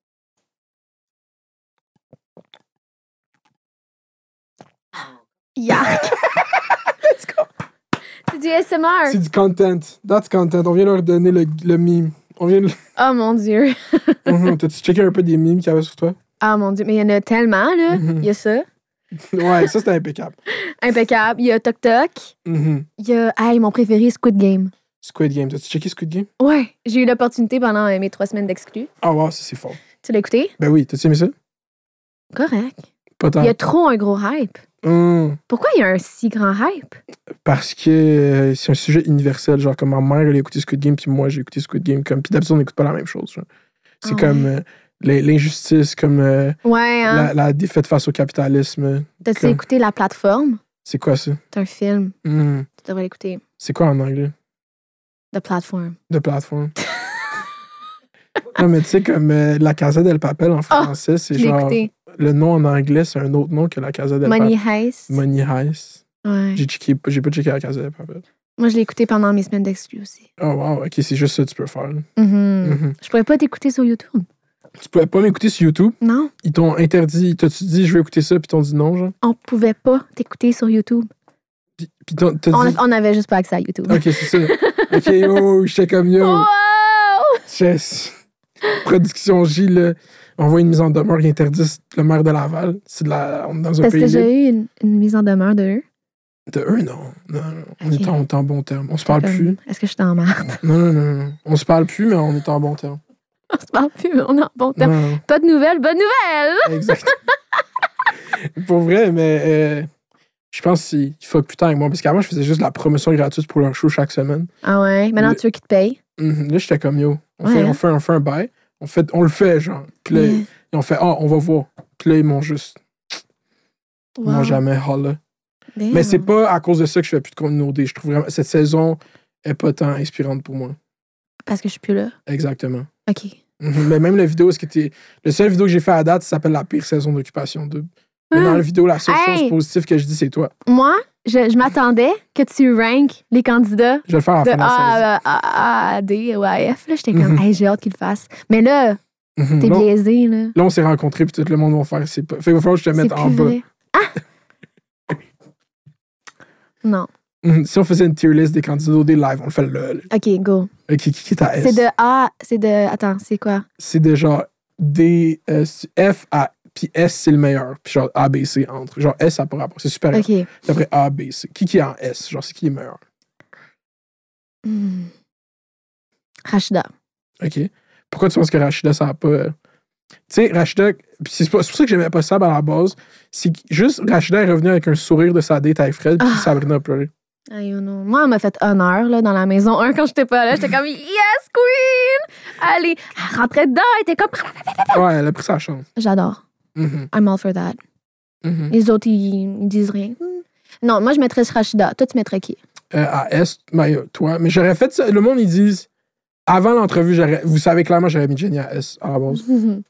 Yark! Let's go! C'est du ASMR. C'est du content. That's content. On vient leur donner le meme. Oh mon Dieu. T'as-tu checké un peu des memes qu'il y avait sur toi? Ah mon Dieu, mais il y en a tellement, là. Il y a ça. Ouais, ça, c'était impeccable. Impeccable. Il y a Tok Tok. Mhm. Il y a, mon préféré, Squid Game. Squid Game. T'as-tu checké Squid Game? Ouais, j'ai eu l'opportunité pendant mes 3 semaines d'exclus. Ah, wow, ça, c'est fort. Tu l'as écouté? Ben oui, t'as-tu aimé ça? Correct. Pas tant. Il y a trop un gros hype. Pourquoi il y a un si grand hype? Parce que c'est un sujet universel. Genre, comme ma mère, elle a écouté Squid Game, puis moi, j'ai écouté Squid Game. Puis d'habitude, on n'écoute pas la même chose. Genre. C'est comme l'injustice, comme Ouais, hein? la défaite face au capitalisme. T'as-tu comme- écouté La Plateforme? C'est quoi ça? C'est un film. Mhm. Tu devrais l'écouter. C'est quoi en anglais? The Platform. De plateforme. Non, mais tu sais, comme La Casa del Papel en français, c'est Je l'ai genre. écouté. Le nom en anglais, c'est un autre nom que La Casa del Money Papel. Heist. Money Heist. Ouais. J'ai pas checké La Casa del Papel. Moi, je l'ai écouté pendant mes semaines d'exclus aussi. Oh, wow, ok, c'est juste ça que tu peux faire. Là. Mhm. Mhm. Je pourrais pas t'écouter sur YouTube. Tu pouvais pas m'écouter sur YouTube. Non, Ils t'ont interdit. T'as-tu dit, je vais écouter ça, puis ils t'ont dit non, genre? on pouvait pas t'écouter sur YouTube. Puis t'as dit. On avait juste pas accès à YouTube. Ok, c'est ça. Ok, oh, j'étais comme yo. Wow! Production J, là. On voit une mise en demeure qui interdit le maire de Laval. C'est on est dans un Parce pays que libre. j'ai eu une mise en demeure de eux. De eux, non. Non. On Ok. est en bon terme. On se parle plus. Est-ce que je suis en merde? Non. On se parle plus, mais on est en bon terme. On se parle plus, mais on est en bon temps. Non. Pas de nouvelles, bonne nouvelle! Exact. Pour vrai, mais je pense qu'il faut que plus tard avec moi. Parce qu'avant, je faisais juste la promotion gratuite pour leur show chaque semaine. Ah ouais? Maintenant, tu veux qu'ils te payent? Là, j'étais comme yo. On Ouais, fait un bail. On le fait, genre. Puis là, Yeah. on fait, on va voir. Puis là, ils m'ont juste. Ils m'ont Wow. jamais holla. Damn. Mais c'est pas à cause de ça que je fais plus de contenu OD. Je trouve vraiment. Cette saison est pas tant inspirante pour moi. Parce que je suis plus là. Exactement. OK. Mais même la vidéo, le seul vidéo que j'ai fait à date, ça s'appelle La pire saison d'Occupation 2. Mais dans la vidéo, la seule Hey! chose positive que je dis, c'est toi. Moi, je m'attendais que tu ranks les candidats Je vais le faire à la de fin de la saison. A à D ou à F. Là, j'étais comme, Mhm. hey, j'ai hâte qu'ils le fassent. Mais là, t'es Là, biaisé, là. on s'est rencontrés, puis tout le monde va faire. Fait qu'il va falloir que je te C'est mette en plus bas. vrai. Ah! Non. Si on faisait une tier list des candidats OD live, on le fait là. OK, go. Qui est à S? C'est de A, c'est de... Attends, c'est quoi? C'est de genre D, F, A, puis S, c'est le meilleur. Puis genre A, B, C entre. Genre S, ça n'a pas rapport. C'est super. OK. Puis après A, B, C. Qui est en S? Genre, c'est qui est meilleur? Hmm. Rachida. OK. Pourquoi tu penses que Rachida, ça n'a pas. Tu sais, Rachida, puis c'est pour ça que j'aimais pas ça à la base. C'est que juste Rachida est revenue avec un sourire de sa date avec Fred, puis Sabrina a pleuré. Ay, you know. Moi, elle m'a fait honneur là, dans la maison 1 quand j'étais pas là. J'étais comme, yes, queen! Allez, elle rentrait dedans, elle était comme. Ouais, elle a pris sa chance. J'adore. Mhm. I'm all for that. Mhm. Les autres, ils disent rien. Non, moi, je mettrais Rachida. Toi, tu mettrais qui? À S, ben, toi. Mais j'aurais fait ça. Le monde, ils disent. Avant l'entrevue, vous savez clairement, j'aurais mis Jenny à S à la base.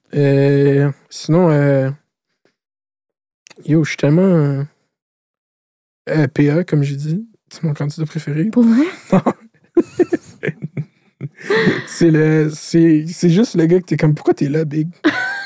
Sinon, yo, je suis tellement. PA, comme j'ai dit. C'est mon candidat préféré. Pour vrai? C'est juste le gars que t'es comme, pourquoi t'es là, Big?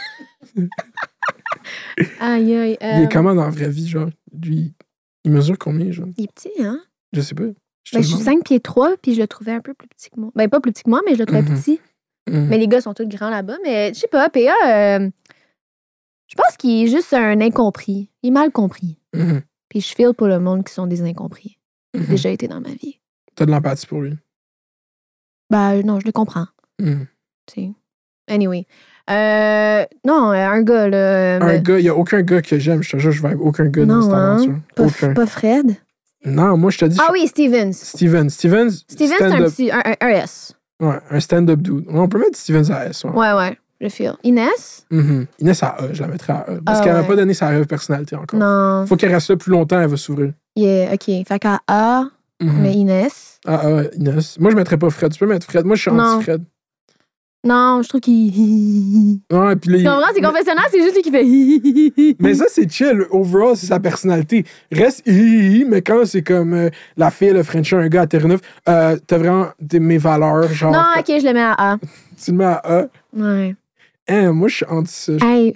Aïe, aïe. Il est comment dans la vraie vie, genre? Lui, il mesure combien, genre? Il est petit, hein? Je sais pas. Je suis 5 pieds 3, puis je le trouvais un peu plus petit que moi. Ben, pas plus petit que moi, mais je le trouvais Mhm. petit. Mhm. Mais les gars sont tous grands là-bas. Mais je sais pas, PA, je pense qu'il est juste un incompris. Il est mal compris. Mhm. Puis je feel pour le monde qui sont des incompris. J'ai Mhm. déjà été dans ma vie. T'as de l'empathie pour lui. Ben, non, je le comprends. Mhm. Tu sais. Anyway. Non, un gars, là. Un gars, il n'y a aucun gars que j'aime. Je te jure, je vais avec aucun gars dans Non, cette hein? aventure. Aucun. Pas Fred. Non, moi, je te dis. Ah oui, Stevens. Stevens, c'est un S. Ouais, un stand-up dude. On peut mettre Stevens à S. Ouais. Ouais, je feel. Inès? Mhm. Inès à A, je la mettrais à A. Parce Ah, qu'elle n'a ouais. pas donné sa rêve personnalité encore. Non. Faut qu'elle reste là plus longtemps, elle va s'ouvrir. Yeah, OK. Fait qu'à A, Mhm. mais Inès. Ah, Inès. Moi, je mettrais pas Fred. Tu peux mettre Fred. Moi, je suis Non. anti-Fred. Non, je trouve qu'il. Ouais, puis là, Tu comprends? C'est confessionnal, c'est juste lui qui fait. Mais ça, c'est chill. Overall, c'est sa personnalité. Reste mais quand c'est comme la fille, le French, un gars à Terre-Neuve, t'as vraiment mes valeurs. Genre, Non, OK, je le mets à A. tu le mets à A. Ouais. Hein, moi, je suis anti ça. Hey.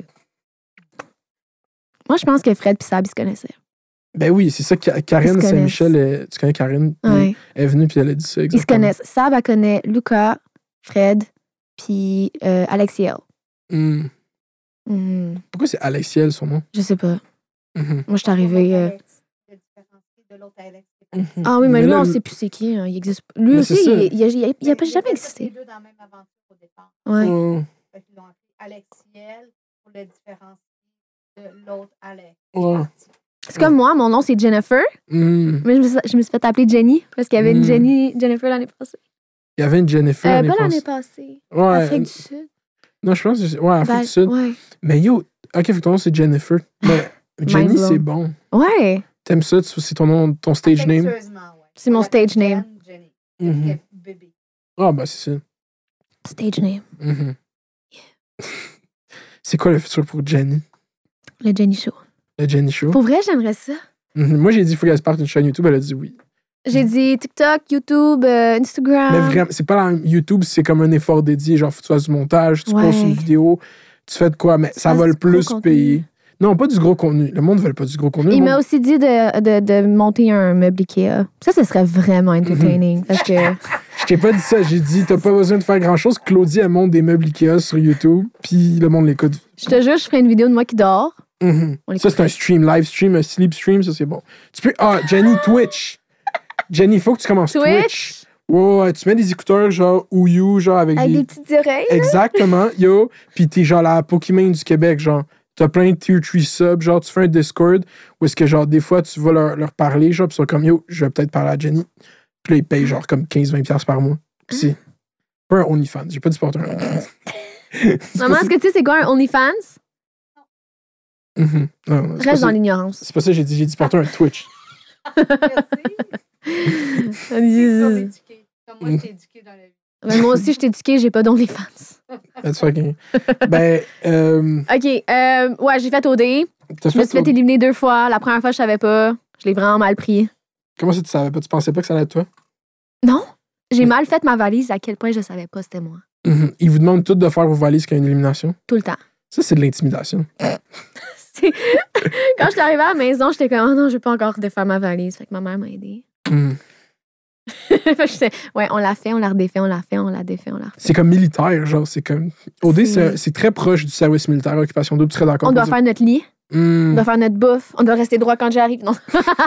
Moi, je pense que Fred et Sab, ils se connaissaient. Ben oui, c'est ça. Ils Karine se Saint-Michel, tu connais Karine? Ouais. Elle est venue puis elle a dit ça. Ils se Exactement. connaissent. Sab, elle connaît Luca, Fred, puis Alexiel. Hmm. Hmm, Pourquoi c'est Alexiel, son nom? je sais pas. Moi, je suis arrivée. Le différencier de l'autre Alex. Ah oui, mais lui, là, on sait plus c'est qui. Hein. Il existe. Lui Mais aussi, c'est ça. il a pas jamais Les existé. deux dans la même aventure au départ. Ouais. Fait qu'ils l'ont appelé Alexiel pour le différencier de l'autre Alex. Ouais. C'est comme moi, mon nom, c'est Jennifer. Mm. Mais je me suis fait appeler Jenny parce qu'il y avait une Jennifer l'année passée. Il y avait une Jennifer Pas l'année l'année passée. passée. Ouais. Afrique du Sud. Non, je pense que c'est... Ouais, Afrique du Sud. Ouais. Mais yo, OK, fait que ton nom, c'est Jennifer. Mais Jenny, blown. c'est bon. Ouais. T'aimes ça? C'est ton nom, ton stage name? Affectueusement, ouais. C'est mon On l'appelle stage name. Jenny. Mhm. C'était bébé. Ah, ben, c'est ça. Stage name. Mhm. C'est quoi le futur pour Jenny? Le Jenny Show. Le Jenny Show? Pour vrai, j'aimerais ça. Mhm. Moi, j'ai dit, il faut qu'elle se parte une chaîne YouTube. Elle a dit oui. J'ai dit TikTok, YouTube, Instagram. Mais vraiment, c'est pas la même YouTube, c'est comme un effort dédié. Genre, faut que tu fasses du montage, tu Ouais. postes une vidéo, tu fais de quoi, mais ça fasses va le du gros plus contenu. payer. Non, pas du gros contenu. Le monde ne veut pas du gros contenu. Il Le m'a monde- aussi dit de monter un meuble Ikea. Ça serait vraiment entertaining. Parce que Je t'ai pas dit ça. J'ai dit, t'as pas besoin de faire grand-chose. Claudie, elle monte des meubles Ikea sur YouTube, puis le monde l'écoute. je te jure, je ferais une vidéo de moi qui dort. Mhm. On Ça, c'est un stream, live stream, un sleep stream, ça, c'est bon. Tu peux... Ah, Jenny, Twitch. Jenny, il faut que tu commences Twitch. Twitch, Ouais, tu mets des écouteurs, genre, Ouyu, genre, avec avec des petites oreilles. Exactement, yo. Puis t'es genre la Pokémon du Québec, genre. T'as plein de tier 3 subs, genre, tu fais un Discord où est-ce que, genre, des fois, tu vas leur parler, genre, pis ils sont comme, yo, je vais peut-être parler à Jenny. Puis là, ils payent, genre, comme 15-20$ par mois. Pis c'est pas un OnlyFans. J'ai pas dit porter un OnlyFans. Maman, est-ce que tu sais c'est quoi un OnlyFans? Mhm. Non, non, c'est pas Reste ça. dans l'ignorance. C'est pas ça que j'ai dit. J'ai dit porter un Twitch. Comme éduqué. Comme moi, je t'ai éduqué dans la vie. Mais moi aussi, je t'ai éduquée, j'ai pas d'OnlyFans. That's fucking... Ben, OK, ouais, j'ai fait OD. t'as Je me suis fait éliminer 2 fois. La première fois, je savais pas. Je l'ai vraiment mal pris. Comment ça, tu savais pas? Tu pensais pas que ça allait être toi? Non, j'ai mal fait ma valise à quel point je savais pas c'était moi. Mhm. Ils vous demandent tous de faire vos valises quand il y a une élimination. Tout le temps. Ça, c'est de l'intimidation. Quand je suis arrivée à la maison, j'étais comme, oh non, je vais pas encore défaire ma valise. Fait que ma mère m'a aidée. Mhm. Fait que j'étais, ouais, on l'a fait, on l'a redéfait, on l'a fait, on l'a défait, on l'a refait. C'est comme militaire, genre, c'est comme... OD, C'est- c'est très proche du service militaire, occupation double, tu serais d'accord? On doit pour faire notre lit, dire? on doit faire notre bouffe, on doit rester droit quand j'arrive. Non.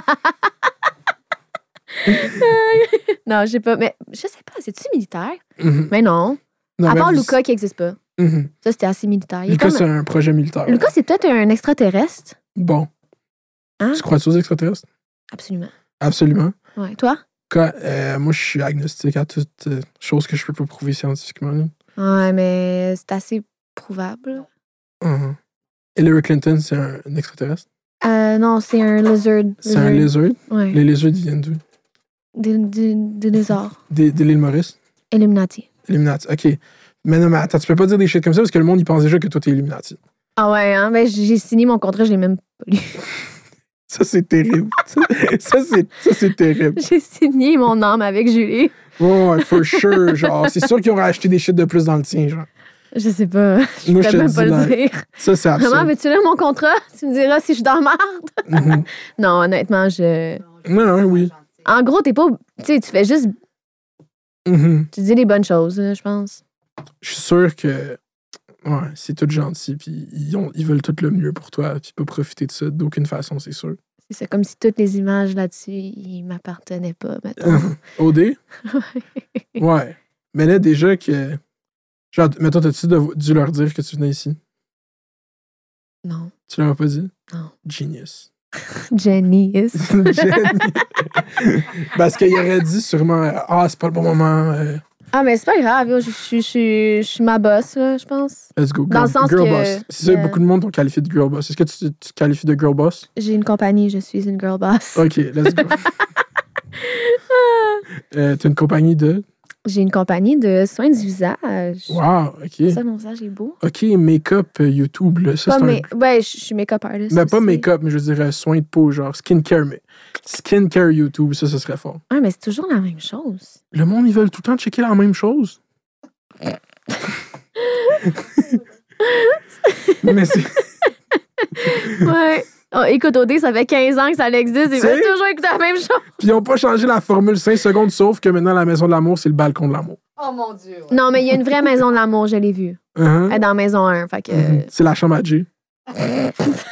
Non, je sais pas, mais je sais pas, c'est-tu militaire? Mhm. Mais non. Non, À mais part vous- Luca qui existe pas. Mhm. Ça, c'était assez militaire. Il est Lucas, comme- c'est un projet militaire. Lucas, c'est peut-être un extraterrestre. Bon. Hein? Tu crois-tu aux extraterrestres? Absolument. Absolument. Ouais. Toi? Moi, je suis agnostique à toute chose que je peux pas prouver scientifiquement. Là. Ouais, mais c'est assez prouvable. Mhm. Hillary Clinton, c'est un extraterrestre? Non, c'est un lizard. C'est un lizard? Ouais. Les lizards, ils viennent d'où? Des lézards. De l'île Maurice? Illuminati. Illuminati, OK. Mais non, mais attends, tu peux pas dire des shit comme ça parce que le monde, il pense déjà que toi, t'es Illuminati. Ah ouais, hein? Ben, j'ai signé mon contrat, je l'ai même pas lu. Ça, c'est terrible. ça, c'est terrible. J'ai signé mon âme avec Julie. Ouais, for sure. Genre, c'est sûr qu'ils auraient acheté des shit de plus dans le tien, genre. Je sais pas. Je Moi, je peux te même dis pas la- le dire. Ça, c'est Maman, absurde. veux-tu lire mon contrat? Tu me diras si je suis dans la merde. Mhm. Non, honnêtement, je. Non, oui. En gros, t'es pas. Tu sais, tu fais juste. Mhm. Tu dis les bonnes choses, là, je pense. Je suis sûr que ouais, c'est tout gentil, puis ils veulent tout le mieux pour toi, puis pas profiter de ça d'aucune façon, c'est sûr. C'est comme si toutes les images là-dessus, ils m'appartenaient pas, maintenant. OD? Ouais. Mais là, déjà que. Genre, mettons, t'as-tu dû leur dire que tu venais ici? Non. Tu leur as pas dit? Non. Genius. Genius. Génie. Parce qu'il aurait dit sûrement ah, c'est pas le bon moment. Ah, mais c'est pas grave, yo, je suis ma boss, là, je pense. Let's go. Dans le sens girl que- boss. C'est ça, que- beaucoup de monde t'ont qualifié de girl boss. Est-ce que tu te qualifies de girl boss? J'ai une compagnie, je suis une girl boss. Ok, let's go. T'as une compagnie de. J'ai une compagnie de soins du visage. Wow, ok. Ça, mon visage est beau. Ok, make-up YouTube, là. Ça, Pas c'est un. ouais, je suis make-up artist. Mais pas aussi. make-up, mais je dirais soin de peau, genre skincare. Mais skincare YouTube, ça serait fort. Ah, mais c'est toujours la même chose. Le monde, ils veulent tout le temps checker la même chose. Mais c'est. Ouais. Oh, écoute, OD, ça fait 15 ans que ça existe. Ils Tu sais? veulent toujours écouter la même chose. Puis ils n'ont pas changé la formule 5 secondes, sauf que maintenant, la maison de l'amour, c'est le balcon de l'amour. Oh mon Dieu. ouais. Non, mais il y a une vraie maison de l'amour, je l'ai vue. Uh-huh. Elle est dans maison 1. Fait que. Mhm. C'est la chambre à Jay.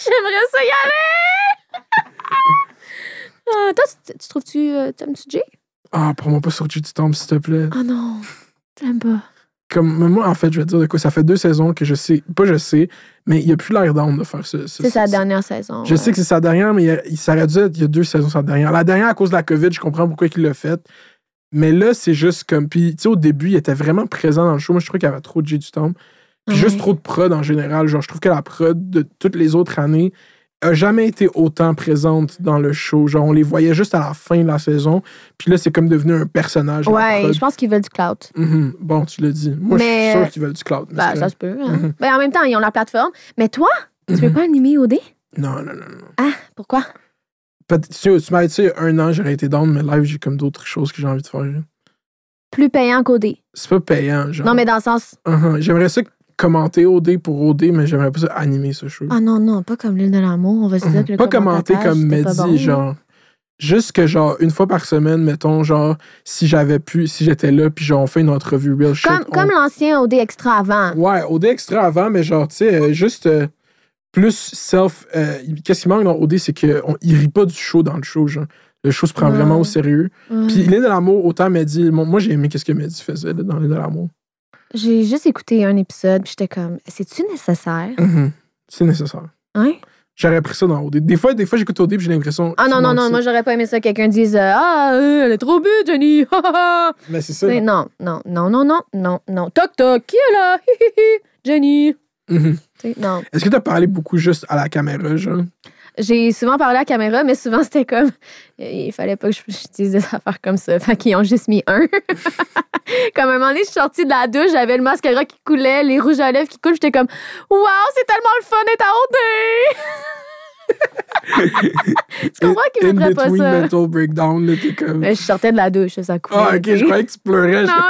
J'aimerais ça y aller! Toi, tu trouves-tu... T'aimes-tu Jay? Ah, prends-moi pas sur Jay du Temple, s'il te plaît. Ah non, j'aime pas. Comme moi, en fait, je vais te dire de quoi. Ça fait 2 saisons que je sais, pas je sais, mais il a plus l'air down de faire ça. C'est sa dernière saison. Je sais que c'est sa dernière, mais il s'aurait dû être il y a 2 saisons sa dernière. La dernière, à cause de la COVID, je comprends pourquoi il l'a fait. Mais là, c'est juste comme. Puis, tu sais, au début, il était vraiment présent dans le show. Moi, je trouvais qu'il y avait trop de Jay du Temple. Puis juste trop de prod en général. Genre, je trouve que la prod de toutes les autres années a jamais été autant présente dans le show. Genre, on les voyait juste à la fin de la saison. Puis là, c'est comme devenu un personnage. Ouais, je pense qu'ils veulent du clout. Bon, tu l'as dit. Moi, je suis sûr qu'ils veulent du clout. Ben, ça se peut. Hein. Ben, en même temps, ils ont la plateforme. Mais toi, tu veux pas animer OD? Non. Ah, pourquoi? Tu m'avais dit, 1 an, j'aurais été down, mais live, j'ai comme d'autres choses que j'ai envie de faire. Plus payant qu'OD. C'est pas payant, genre. Non, mais dans le sens... J'aimerais ça commenter OD pour OD, mais j'aimerais pas ça animer ce show. Ah non, pas comme l'île de l'amour. On va se dire que le pas commenter comme commentatage, Mehdi, genre. Juste que, genre, 1 fois par semaine, mettons, genre, si j'étais là, puis genre, on fait une entrevue real shit. Comme l'ancien OD Extra avant. Ouais, OD Extra avant, mais genre, tu sais, juste plus self... Qu'est-ce qui manque dans OD, c'est qu'il rit pas du show dans le show, genre. Le show se prend vraiment au sérieux. Puis l'île de l'amour, autant Mehdi... Moi, j'ai aimé qu'est-ce que Mehdi faisait là, dans l'île de l'amour. J'ai juste écouté un épisode, puis j'étais comme, c'est-tu nécessaire? C'est nécessaire. Hein? J'aurais pris ça dans OD. Des fois j'écoute OD, puis j'ai l'impression... Ah non, moi, j'aurais pas aimé ça. Quelqu'un dise, elle est trop belle, Jenny. Mais c'est ça. Non. Toc, toc, qui est là? Jenny. Non. Est-ce que t'as parlé beaucoup juste à la caméra, genre? J'ai souvent parlé à la caméra, mais souvent, c'était comme... Il fallait pas que je dise des affaires comme ça. Fait qu'ils ont juste mis un. Comme un moment donné, je suis sortie de la douche, j'avais le mascara qui coulait, les rouges à lèvres qui coulent. J'étais comme, wow, c'est tellement le fun d'être à OD! Tu comprends qu'ils ne feraient pas ça? Mental breakdown, là, t'es comme... Je sortais de la douche, ça coulait. Ah, ok, je croyais que tu pleurais. Non.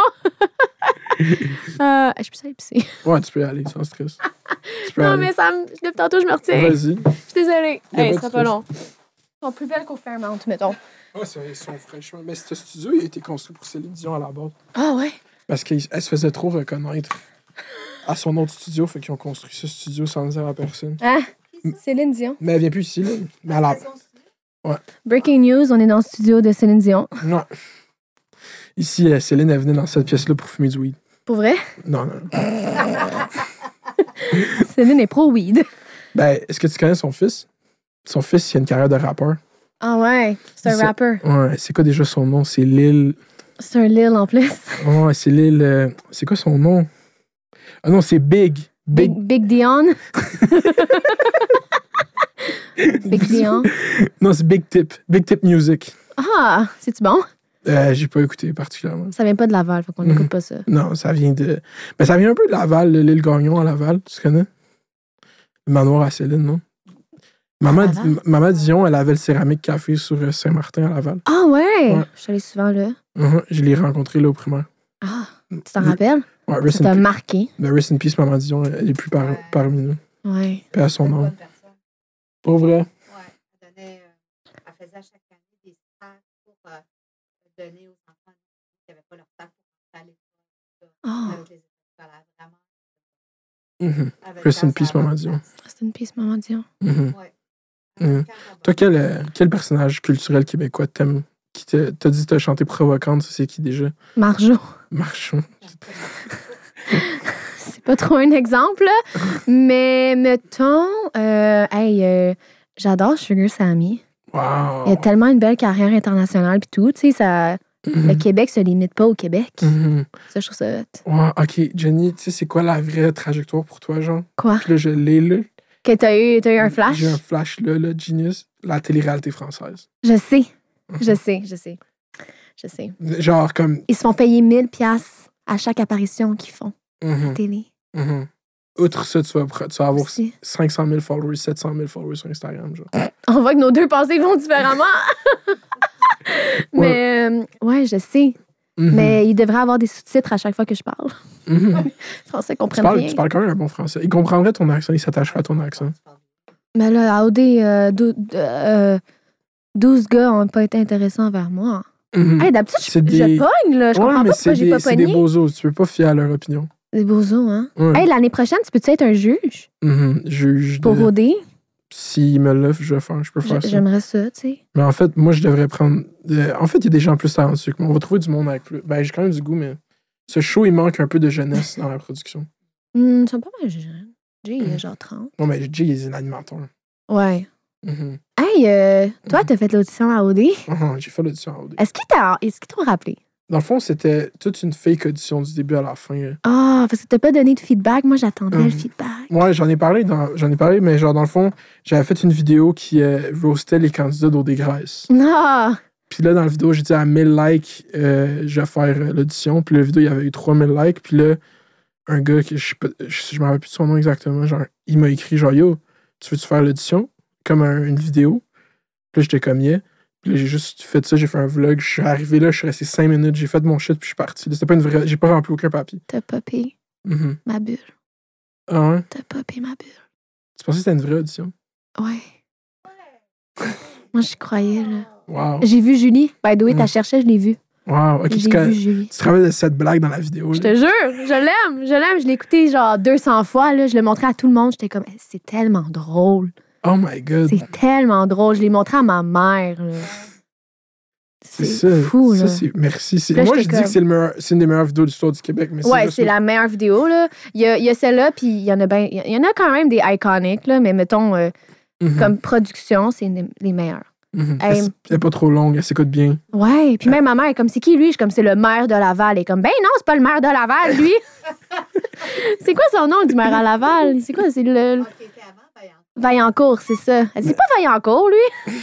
Je peux aller pisser. Ouais, tu peux y aller, sans stress. Non, mais depuis tantôt, je me retiens. Vas-y. Je suis désolée. Hey, ça sera pas long. Ils sont plus belles qu'au Fairmount, mettons. Ouais, ils sont fraîchement. Mais ce studio, il a été construit pour Céline Dion à la base. Ah ouais? Parce qu'elle se faisait trop reconnaître à son autre studio, fait qu'ils ont construit ce studio sans dire à personne. Ah, Céline Dion. Mais elle vient plus ici, là. Mais elle a... Ouais. Breaking news, on est dans le studio de Céline Dion. Ouais. Ici, Céline, elle venait dans cette pièce-là pour fumer du weed. Pour vrai? Non. Céline est pro-weed. Ben, est-ce que tu connais son fils? Son fils, il a une carrière de rappeur. Ah ouais, c'est un rappeur. Ouais, c'est quoi déjà son nom? C'est Lil... C'est un Lil en plus. Ouais, c'est Lil... C'est quoi son nom? Ah non, c'est Big. Big Dion. Big Dion. Non, c'est Big Tip. Big Tip Music. Ah, c'est-tu bon? J'ai pas écouté particulièrement. Ça vient pas de Laval, faut qu'on n'écoute pas ça. Non, ça vient de... Mais ça vient un peu de Laval, l'île Gagnon à Laval, tu connais? Le manoir à Céline, non? Maman Dion, elle avait le céramique café sur Saint-Martin à Laval. Ah ouais? Je suis allée souvent là. Je l'ai rencontré là au primaire. Ah, tu t'en rappelles? Ouais, ça t'a marqué. Ben, rest in peace, Maman Dion, elle est plus parmi nous. Ouais. Puis à son nom. Pour vrai? Ouais, elle faisait à chaque année des sacs pour donner aux enfants qui n'avaient pas leur sac pour rentrer à l'école. Avec les écoles scolaires, vraiment. Rest in peace, Maman Dion. Rest in peace, Maman Dion. Ouais. Toi, quel personnage culturel québécois t'aimes? Qui t'a dit de chanter provocante, c'est qui déjà? Marjo. C'est pas trop un exemple, là. Mais mettons, j'adore Sugar Sammy. Wow. Elle a tellement une belle carrière internationale puis tout, tu sais, ça... Le Québec se limite pas au Québec. Ça, je trouve ça hot. Ouais, OK. Jenny, tu sais, c'est quoi la vraie trajectoire pour toi, genre? Quoi? Puis là, je l'ai, là. Que t'as eu un flash? J'ai un flash, là, Genius. La télé-réalité française. Je sais. Genre, comme... Ils se font payer 1000$ à chaque apparition qu'ils font à télé. Outre ça, tu vas avoir Aussi. 500 000 followers, 700 000 followers sur Instagram, genre. On voit que nos deux pensées vont différemment. Mais, ouais, je sais. Mais il devrait avoir des sous-titres à chaque fois que je parle. Français comprennent rien. Tu parles quand même un bon français. Il comprendrait ton accent, il s'attacherait à ton accent. Mais là, à OD, 12 gars n'ont pas été intéressants envers moi. Hey, d'habitude, je pogne, là. Je comprends pas pourquoi j'ai pas pogné. C'est des bozos, tu peux pas fier à leur opinion. Des bozos, hein? Ouais. Hey, l'année prochaine, tu peux-tu être un juge? Juge pour OD? s'il me l'offre, je peux faire ça. J'aimerais ça, tu sais. Mais en fait, moi, je devrais prendre... En fait, il y a des gens plus talentueux que moi. On va trouver du monde avec plus... Ben, j'ai quand même du goût, mais ce show, il manque un peu de jeunesse dans la production. Ils sont pas mal jeunes. Jay, il a genre 30. Non, mais Jay, il est un animateur. Ouais. Mhm. Hey, toi, t'as fait l'audition à OD. J'ai fait l'audition à OD. Est-ce qu'ils t'ont rappelé? Dans le fond, c'était toute une fake audition du début à la fin. Ah, parce que t'as pas donné de feedback. Moi, j'attendais le feedback. Ouais, j'en ai parlé, mais genre, dans le fond, j'avais fait une vidéo qui roastait les candidats d'OD Grèce. Non! Puis là, dans la vidéo, j'ai dit à 1000 likes, je vais faire l'audition. Puis la vidéo, il y avait eu 3000 likes. Puis là, un gars, je me rappelle plus de son nom exactement, genre, il m'a écrit genre, yo, tu veux-tu faire l'audition? Comme une vidéo. Puis là, j'étais comme, yeah. Puis là, j'ai juste fait ça, j'ai fait un vlog. Je suis arrivé là, je suis resté 5 minutes, j'ai fait mon shit, puis je suis parti. C'était pas une vraie. J'ai pas rempli aucun papier. T'as popé ma bulle. Ah ouais? T'as popé ma bulle. Tu pensais que c'était une vraie audition? Ouais. Moi, j'y croyais, là. Wow. J'ai vu Julie. By the way, t'as cherché, je l'ai vue. Wow. Ok, J'ai vu Julie. tu te rappelles de cette blague dans la vidéo? Je te jure, je l'aime. Je l'ai écouté genre 200 fois. Là. Je l'ai montré à tout le monde. J'étais comme, c'est tellement drôle. Oh my God. C'est tellement drôle. Je l'ai montré à ma mère. Là. C'est fou, là. Merci. Là, moi, je dis que c'est une des meilleures vidéos de l'histoire du Québec. Mais c'est la meilleure vidéo. Là. Il y a celle-là, puis il y en a quand même des iconiques, là, mais mettons, comme production, c'est les meilleures. Elle n'est pas trop longue, elle s'écoute bien. Ouais, puis même ma mère est comme, c'est qui lui? Je suis comme, c'est le maire de Laval. Elle est comme, ben non, c'est pas le maire de Laval, lui. C'est quoi son nom du maire à Laval? C'est quoi? C'est le. Vaillancourt, c'est ça. C'est pas Vaillancourt, lui.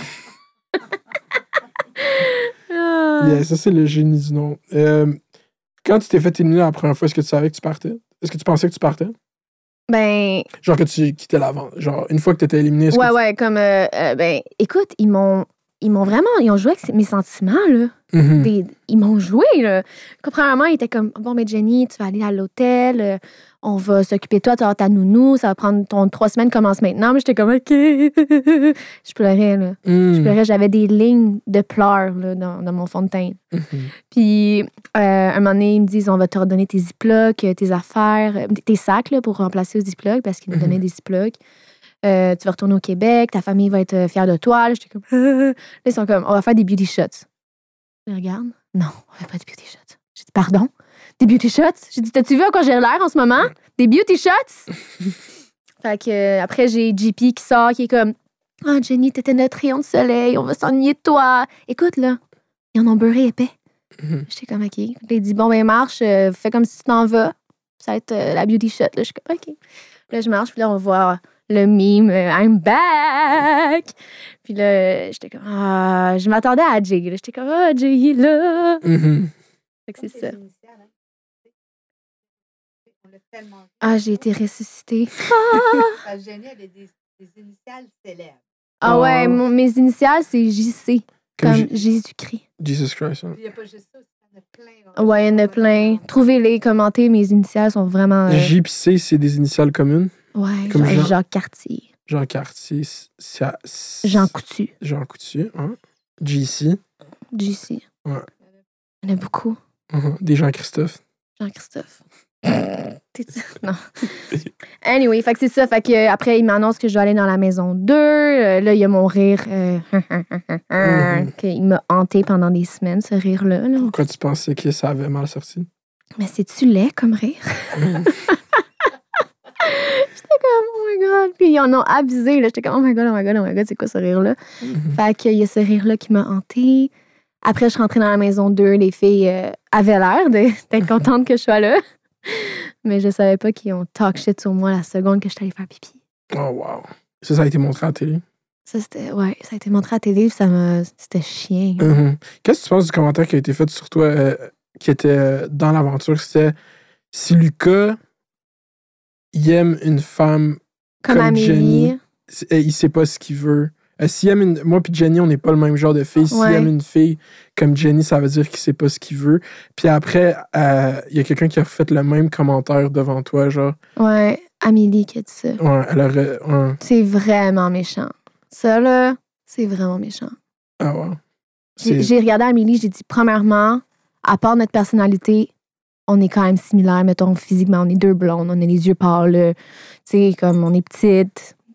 Yeah, ça, c'est le génie du nom. Quand tu t'es fait éliminer la première fois, est-ce que tu savais que tu partais? Est-ce que tu pensais que tu partais? Ben. Genre que tu quittais l'avant. Genre, une fois que tu étais éliminé. Ouais, comme. Ben, écoute, ils m'ont vraiment. Ils ont joué avec mes sentiments, là. Ils m'ont joué, là. Premièrement, ils étaient comme, bon, mais Jenny, tu vas aller à l'hôtel. On va s'occuper de toi, tu vas avoir ta nounou. Ça va prendre 3 semaines, commence maintenant. Mais j'étais comme, OK. Je pleurais, là. Je pleurais. J'avais des lignes de pleurs, là, dans mon fond de teint. Puis, un moment donné, ils me disent, on va te redonner tes ziplocs, tes affaires, tes sacs, là, pour remplacer aux ziplocs, parce qu'ils nous donnaient des ziplocs. Tu vas retourner au Québec, ta famille va être fière de toi. Là, j'étais comme, là, ils sont comme, on va faire des beauty shots. Je regarde, non, on va pas de beauty shots. J'ai dit, pardon? Des beauty shots? J'ai dit, t'as-tu vu à quoi j'ai l'air en ce moment? Des beauty shots? Fait que, après, j'ai JP qui sort, qui est comme, ah, Jenny, t'étais notre rayon de soleil, on va s'ennuyer de toi. Écoute, là, ils en ont beurré épais. J'étais comme, OK. Il dit, bon, ben, marche, fais comme si tu t'en vas. Ça va être la beauty shot. Là, je suis comme, OK. Là, je marche, puis là, on voit le meme, I'm back! Puis là, j'étais comme, je m'attendais à Jay. Là, j'étais comme, Jay, il est là! Fait que c'est ça. J'ai été ressuscitée. Jenny, elle a des initiales célèbres. Ah ouais, mes initiales, c'est JC. Comme Jésus-Christ. Jesus Christ. Hein. Il n'y a pas juste ça, il y en a plein. Ouais, il y en a plein. Trouvez-les, commentez, mes initiales sont vraiment... J et C, c'est des initiales communes? Ouais, comme Jacques Cartier. Jean Cartier. Jean Coutu. Jean Coutu, hein? JC. JC. Ouais. Il y en a beaucoup. Des Jean-Christophe. Jean-Christophe. Non. Anyway, fait que c'est ça. Fait que après, il m'annonce que je dois aller dans la maison 2. Là, il y a mon rire. Il m'a hanté pendant des semaines, ce rire-là. Là. Pourquoi tu pensais que ça avait mal sorti? Mais c'est-tu laid comme rire? J'étais comme, oh my God. Puis ils en ont abusé. J'étais comme, oh my God, c'est quoi ce rire-là? Fait qu'il y a ce rire-là qui m'a hanté. Après, je suis rentrée dans la maison 2. Les filles avaient l'air d'être contentes que je sois là. Mais je savais pas qu'ils ont talk shit sur moi la seconde que je suis allée faire pipi. Oh, wow. Ça a été montré à la télé? Ça a été montré à la télé. C'était chiant. Qu'est-ce que tu penses du commentaire qui a été fait sur toi, qui était dans l'aventure? C'était si Lucas, il aime une femme comme Jenny, il sait pas ce qu'il veut. S'il aime moi puis Jenny, on n'est pas le même genre de fille. S'il aime une fille comme Jenny, ça veut dire qu'il sait pas ce qu'il veut. Puis après, il y a quelqu'un qui a fait le même commentaire devant toi, genre. Ouais, Amélie qui a dit ça. Ouais, elle aurait... C'est vraiment méchant. Ça, là, c'est vraiment méchant. Ah ouais. J'ai regardé Amélie, j'ai dit, premièrement, à part notre personnalité, on est quand même similaires, mettons, physiquement. On est 2 blondes, on a les yeux pâles, tu sais, comme on est petites.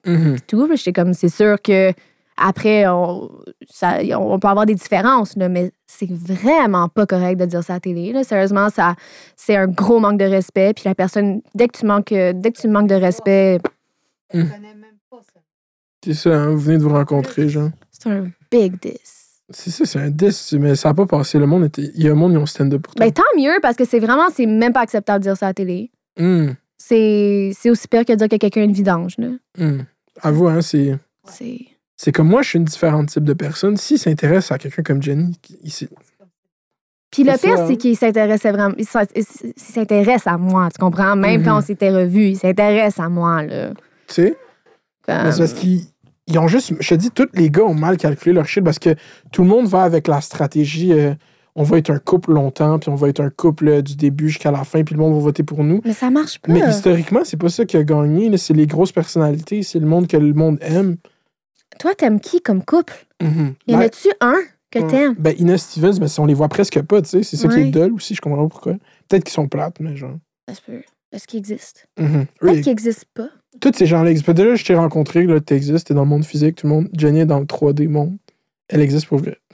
Mhm. Puis tout. Puis j'étais comme, c'est sûr que après, on peut avoir des différences, là, mais c'est vraiment pas correct de dire ça à la télé. Là. Sérieusement, c'est un gros manque de respect. Puis la personne, dès que tu manques de respect, Je ne connais même pas ça. C'est ça, hein, vous venez de vous rencontrer, genre. c'est un big diss. C'est ça, c'est un 10, mais ça n'a pas passé. Il y a un monde qui ont stand-up pour toi. Ben, tant mieux, parce que c'est même pas acceptable de dire ça à la télé. Hum, C'est aussi pire que de dire que quelqu'un est une vidange. Là. Avoue, hein, c'est comme moi, je suis une différente type de personne. S'il s'intéresse à quelqu'un comme Jenny, Puis le C'est pire, ça, hein. c'est qu'il s'intéressait vraiment. Il s'intéresse à moi, tu comprends? Même quand on s'était revus, il s'intéresse à moi, là. tu sais, mais c'est parce qu'ils ont juste... Je te dis, tous les gars ont mal calculé leur shit parce que tout le monde va avec la stratégie... on va être un couple longtemps, puis on va être un couple du début jusqu'à la fin, puis le monde va voter pour nous. Mais ça marche pas. Mais historiquement, c'est pas ça qui a gagné. Là. C'est les grosses personnalités, c'est le monde que le monde aime. Toi, t'aimes qui comme couple? Mhm. Y en a-tu un que t'aimes? Ben, Inès Stevens, ben, on les voit presque pas, tu sais. C'est ça qui Ouais. est dull aussi, je comprends pas pourquoi. Peut-être qu'ils sont plates, mais genre. Ça se peut. Est-ce qu'il existe? Mhm. Peut-être Oui. qu'il existe pas. Tous ces gens-là existent. Déjà, je t'ai rencontré, là, t'existes, t'es dans le monde physique, tout le monde. Jenny est dans le 3D monde. Elle existe pour vrai.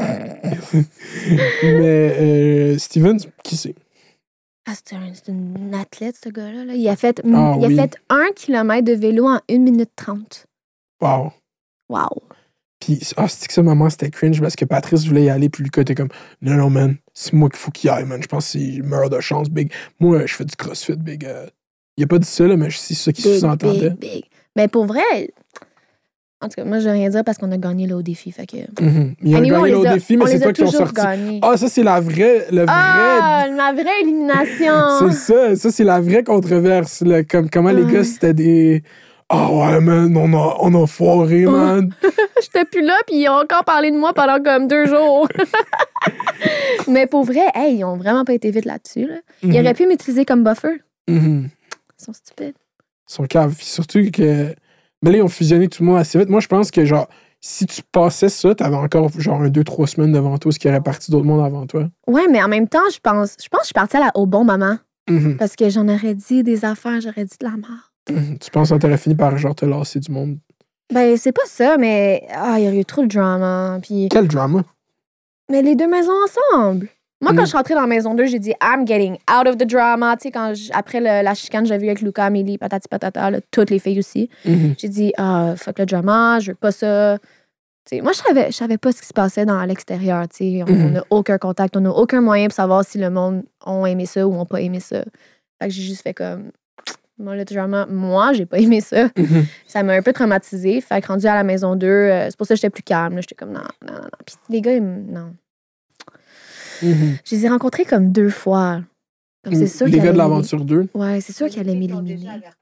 Mais Stevens, qui c'est? Ah, c'est une athlète, ce gars-là. Là. Il a fait 1 kilomètre de vélo en 1 minute 30. Wow. Wow. Puis, c'est que ça, maman, c'était cringe parce que Patrice voulait y aller, puis Lucas était comme, non, man, c'est moi qu'il faut qu'il y aille, man. Je pense que c'est meurt de chance, big. Moi, je fais du crossfit, big. Il a pas dit ça, là, mais c'est ça qui sous-entendait. Big. Mais pour vrai, en tout cas, moi, je vais rien dire parce qu'on a gagné là, au défi. Fait que... Il a gagné au défi, mais c'est toi qui ont sorti. Gagnés. Ah, ça, c'est la vraie. Ma vraie élimination. C'est ça, c'est la vraie controverse. Là, comme comment les gars, c'était des. Ah ouais, man, on a foiré, man. J'étais plus là, puis ils ont encore parlé de moi pendant comme 2 jours. Mais pour vrai, ils ont vraiment pas été vite là-dessus. Là. Ils auraient pu m'utiliser comme buffer. Ils sont stupides. Ils sont caves. Puis surtout que. Mais là, ils ont fusionné tout le monde assez vite. Moi, je pense que, genre, si tu passais ça, t'avais encore, genre, 2-3 semaines devant toi, ce qui aurait parti d'autres mondes avant toi. Ouais, mais en même temps, je pense que je suis partie au bon moment. Parce que j'en aurais dit des affaires, j'aurais dit de la merde. Tu penses que t'aurais fini par, genre, te lasser du monde? Ben, c'est pas ça, mais il y aurait eu trop de drama. Puis... Quel drama? Mais les 2 maisons ensemble. Moi, quand je suis rentrée dans la maison 2, j'ai dit I'm getting out of the drama. Tu sais, après la chicane que j'ai vue avec Luca, Amélie, patati patata, là, toutes les filles aussi. J'ai dit fuck le drama, je veux pas ça. Tu sais, moi, je savais pas ce qui se passait à l'extérieur. Tu sais, on n'a aucun contact, on n'a aucun moyen pour savoir si le monde a aimé ça ou n'a pas aimé ça. Fait que j'ai juste fait comme moi, le drama, moi, j'ai pas aimé ça. Ça m'a un peu traumatisée. Fait que rendu à la maison 2, c'est pour ça que j'étais plus calme. Là. J'étais comme non. Puis les gars, non. Je les ai rencontrés comme 2 fois. Comme c'est sûr les gars de l'Aventure 2? Ouais, c'est sûr qu'ils allaient m'éliminer.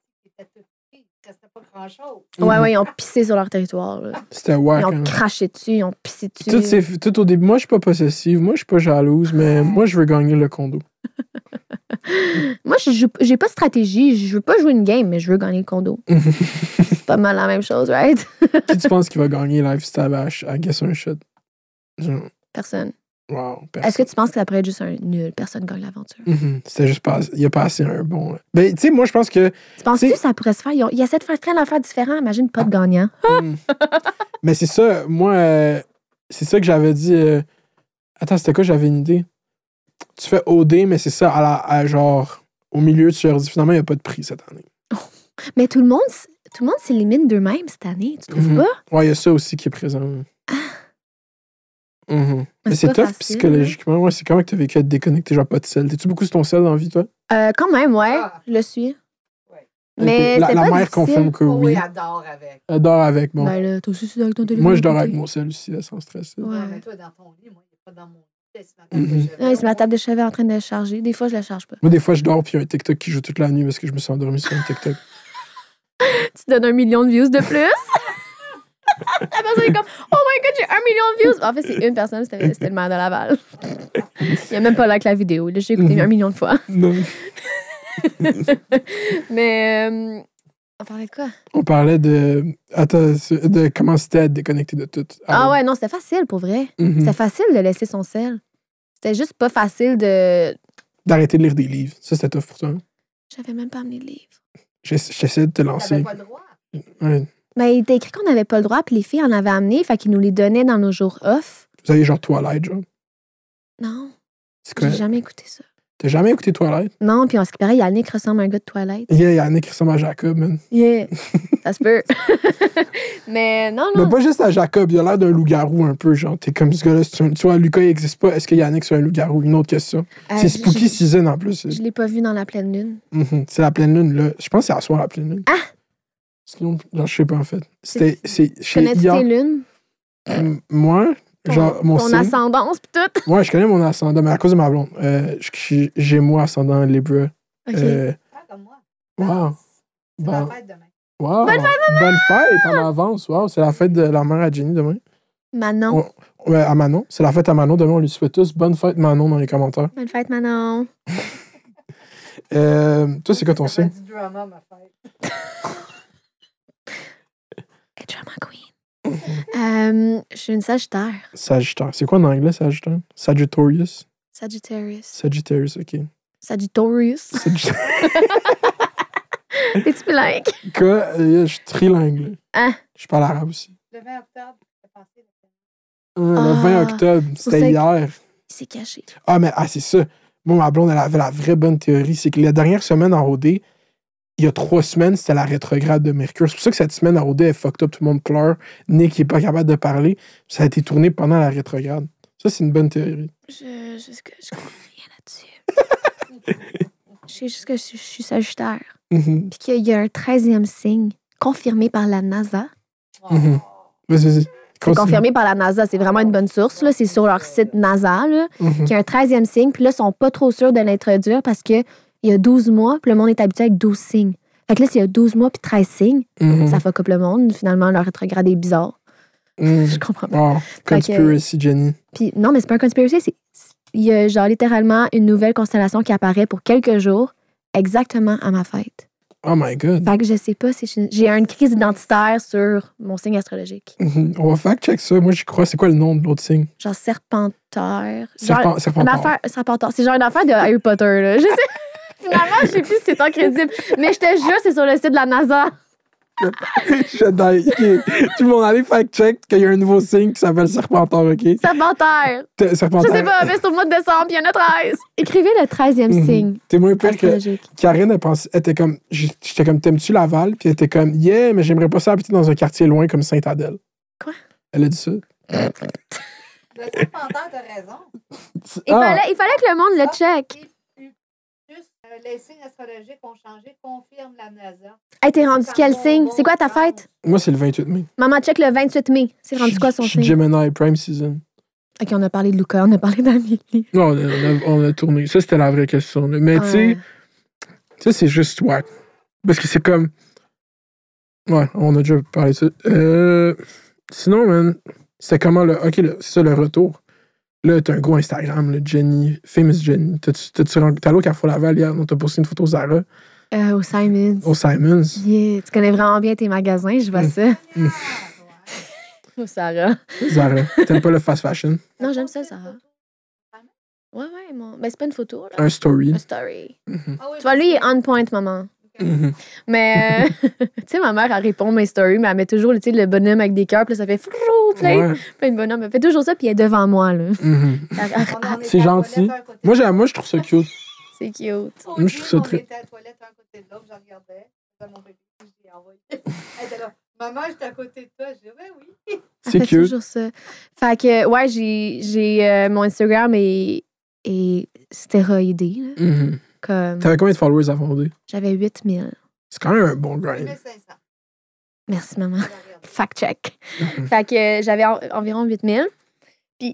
Pas grand-chose. Ouais, ils ont pissé sur leur territoire. Là. C'était wack. Ils ont craché dessus, ils ont pissé dessus. Tout au début, moi, je suis pas possessive, moi, je suis pas jalouse, mais moi, je veux gagner le condo. Moi, j'ai pas de stratégie. Je veux pas jouer une game, mais je veux gagner le condo. C'est pas mal la même chose, right? Qui tu penses qu'il va gagner Lifestyle à Guess un Shot? Genre, Personne. wow, personne. Est-ce que tu penses que ça pourrait être juste un nul? Personne gagne l'aventure. C'était juste pas... Il a pas assez un bon... Ben, tu sais, moi, je pense que... Tu penses-tu que ça pourrait se faire? Ils essaient de faire plein d'affaires différentes. Imagine pas de gagnant. Mais c'est ça, moi, c'est ça que j'avais dit... Attends, c'était quoi? J'avais une idée. Tu fais OD, mais c'est ça, genre, au milieu, tu leur dis, finalement, il n'y a pas de prix cette année. Mais tout le monde s'élimine d'eux-mêmes cette année, tu trouves pas? Ouais, il y a ça aussi qui est présent. Mais c'est tough facile, psychologiquement. Ouais, c'est comment que tu as vécu à être déconnecté, genre pas de sel? T'es-tu beaucoup sur ton sel dans la vie, toi? Quand même, ouais, je le suis. Ouais. Mais la c'est pas mère difficile. confirme que Oui, oui. elle dort avec. Elle dort avec, bon. Ben là, toi aussi, tu dors avec ton téléphone. Moi, je dors à avec côté. mon sel aussi, là, sans stress. Ouais. Ouais, mais toi, dans ton lit, moi, il n'est pas dans mon lit. C'est Ouais, c'est ma table de chevet en train de charger. Des fois, je la charge pas. Moi, des fois, je dors, puis il y a un TikTok qui joue toute la nuit parce que je me suis endormi sur un TikTok. Tu donnes 1 million de views de plus. La personne est comme oh my god, j'ai 1 million de views. En fait, c'est une personne, c'était le maire de Laval. Il a même pas like la vidéo. Là, j'ai écouté 1 million de fois. Non. Mais on parlait de quoi? On parlait de comment c'était être déconnecté de tout. Ah ouais, non, c'était facile pour vrai. C'était facile de laisser son sel. C'était juste pas facile de. D'arrêter de lire des livres. Ça, c'était tough pour toi. Hein? J'avais même pas amené de livre. J'essaie de te Tu lancer. n'avais pas le droit. Ouais. Ben, il était écrit qu'on n'avait pas le droit, puis les filles en avaient amené, fait qu'ils nous les donnaient dans nos jours off. Vous avez genre Twilight, genre. Non, C'est quoi? j'ai jamais écouté ça. T'as jamais écouté Twilight? Non, puis en ce qui paraît, Yannick ressemble à un gars de Twilight. Yeah, Yannick ressemble à Jacob, man. Yeah, ça se peut. Mais non. Mais pas juste à Jacob, il a l'air d'un loup-garou un peu, genre. T'es comme ce gars-là, tu vois, Lucas, il n'existe pas. Est-ce que Yannick, c'est un loup-garou? Une autre question. C'est Spooky Season, en plus. Je l'ai pas vu dans la pleine lune. C'est la pleine lune, là. Je pense que c'est à soir, la pleine lune. Ah! Sinon, genre, je sais pas, en fait. Connais-tu tes lunes? Moi, genre, mon Ton signe... ascendance, pis tout? Ouais, je connais mon ascendant, mais à cause de ma blonde. J'ai moi ascendant Libra. OK. Comme moi. Wow. C'est Bon. ma fête demain. Wow. Bonne fête, maman! Bonne fête en avance. Wow, c'est la fête de la mère à Jenny demain. Manon. Ouais, à Manon. C'est la fête à Manon. Demain, on lui souhaite tous bonne fête, Manon, dans les commentaires. Bonne fête, Manon. Toi, c'est quoi ton Ça fait signe? du drama, ma fête. Et drama queen. Je suis une Sagittaire. Sagittaire. C'est quoi en anglais, Sagittaire? Sagittarius? Sagittarius. Sagittarius, OK. Sagittarius. T'es-tu bilingue? Quoi? Je suis trilingue, là. Hein? Je parle arabe aussi. Le 20 octobre, j'ai passé Le Ah, 20 octobre, c'est c'était hier. Il s'est caché. C'est ça. Moi, ma blonde, elle avait la vraie bonne théorie. C'est que la dernière semaine en OD, il y a 3 semaines, c'était la rétrograde de Mercure. C'est pour ça que cette semaine en OD, elle fucked up, tout le monde pleure. Nick n'est pas capable de parler. Ça a été tourné pendant la rétrograde. Ça, c'est une bonne théorie. Je comprends rien là-dessus. Je sais juste que je suis Sagittaire. Mhm. Puis qu'il y a un 13e signe confirmé par la NASA. Mhm. Vas-y. C'est confirmé par la NASA. C'est vraiment une bonne source. Là. C'est sur leur site NASA. Là, Mhm. qu'il y a un 13e signe. Puis là, ils sont pas trop sûrs de l'introduire parce qu'il y a 12 mois. Puis le monde est habitué avec 12 signes. Fait que là, s'il y a 12 mois puis 13 signes, Mhm. ça fuck up le monde. Finalement, leur rétrograde est bizarre. Mhm. Je comprends pas. Wow. Conspiracy, Jenny. Puis non, mais c'est pas un conspiracy. Il y a genre littéralement une nouvelle constellation qui apparaît pour quelques jours, exactement à ma fête. Oh my God. Fait que je sais pas si j'ai une crise identitaire sur mon signe astrologique. Mhm. On va fact-check ça. Moi, j'y crois. C'est quoi le nom de l'autre signe? Genre Serpenteur. Serpenteur. Serpenteur. C'est genre une affaire de Harry Potter, là. Je sais. Finalement, je sais plus si c'est tant crédible. Mais je te jure, c'est sur le site de la NASA. J'adore. OK. Tout le monde, allez fact-check qu'il y a un nouveau signe qui s'appelle Serpenteur, OK? Serpenteur. Serpenteur. Je sais pas, mais c'est au mois de décembre, puis il y en a 13. Écrivez le 13e Mhm. signe T'es moins pire que astrologique. Karine, elle était comme, j'étais comme, t'aimes-tu Laval? Puis elle était comme, yeah, mais j'aimerais pas ça habiter dans un quartier loin comme Sainte-Adèle. Quoi? Elle a dit ça. Le Serpenteur, t'as raison. Il fallait que le monde le check. Juste, les signes astrologiques ont changé, confirme la NASA. Hey, t'es rendu quel signe? C'est quoi ta fête? Moi, c'est le 28 mai. Maman check le 28 mai. C'est rendu quoi son Je suis signe? Gemini, Prime Season. OK, on a parlé de Luca, on a parlé d'Amélie. Non, on a tourné. Ça, c'était la vraie question. Là. Mais tu sais, ça, c'est juste ouais. Parce que c'est comme. Ouais, on a déjà parlé de ça. Sinon, man, c'était comment le. OK, c'est ça le retour. Là, t'as un gros Instagram, là, Jenny, Famous Jenny. T'es allé au Carrefour Laval hier, t'as posté une photo de Zara Au Simons. au Simons. Yeah, tu connais vraiment bien tes magasins, je vois ça. Au Sarah. Zara. T'aimes pas le fast fashion? Non, j'aime ça, Sarah. Ouais, ben, c'est pas une photo, là. Un story. Un story. Mhm. Ah oui, Tu vois, lui, il est on point, maman. Mhm. Mais, tu sais, ma mère, elle répond mes stories, mais elle met toujours, tu sais, le bonhomme avec des cœurs, puis là, ça fait frou, plein de bonhommes. Elle fait toujours ça, puis elle est devant moi, là. Mhm. C'est gentil. Moi, je trouve ça cute. C'est cute. Moi, je trouve ça très- On était à la toilette un côté de l'autre, je regardais. C'était mon bébé, puis je l'ai envoyé. Elle était là, maman, j'étais à côté de toi. Je dis, ouais, oui. Elle C'est fait cute. toujours ça. Fait que, ouais, j'ai mon Instagram est stéroïdé, là. Mhm. Comme, T'avais combien de followers à fonder? j'avais 8000. C'est quand même un bon grind. 1500. Merci, maman. Je l'ai regardé. Fact check. Mhm. Fait que j'avais environ 8000. Puis,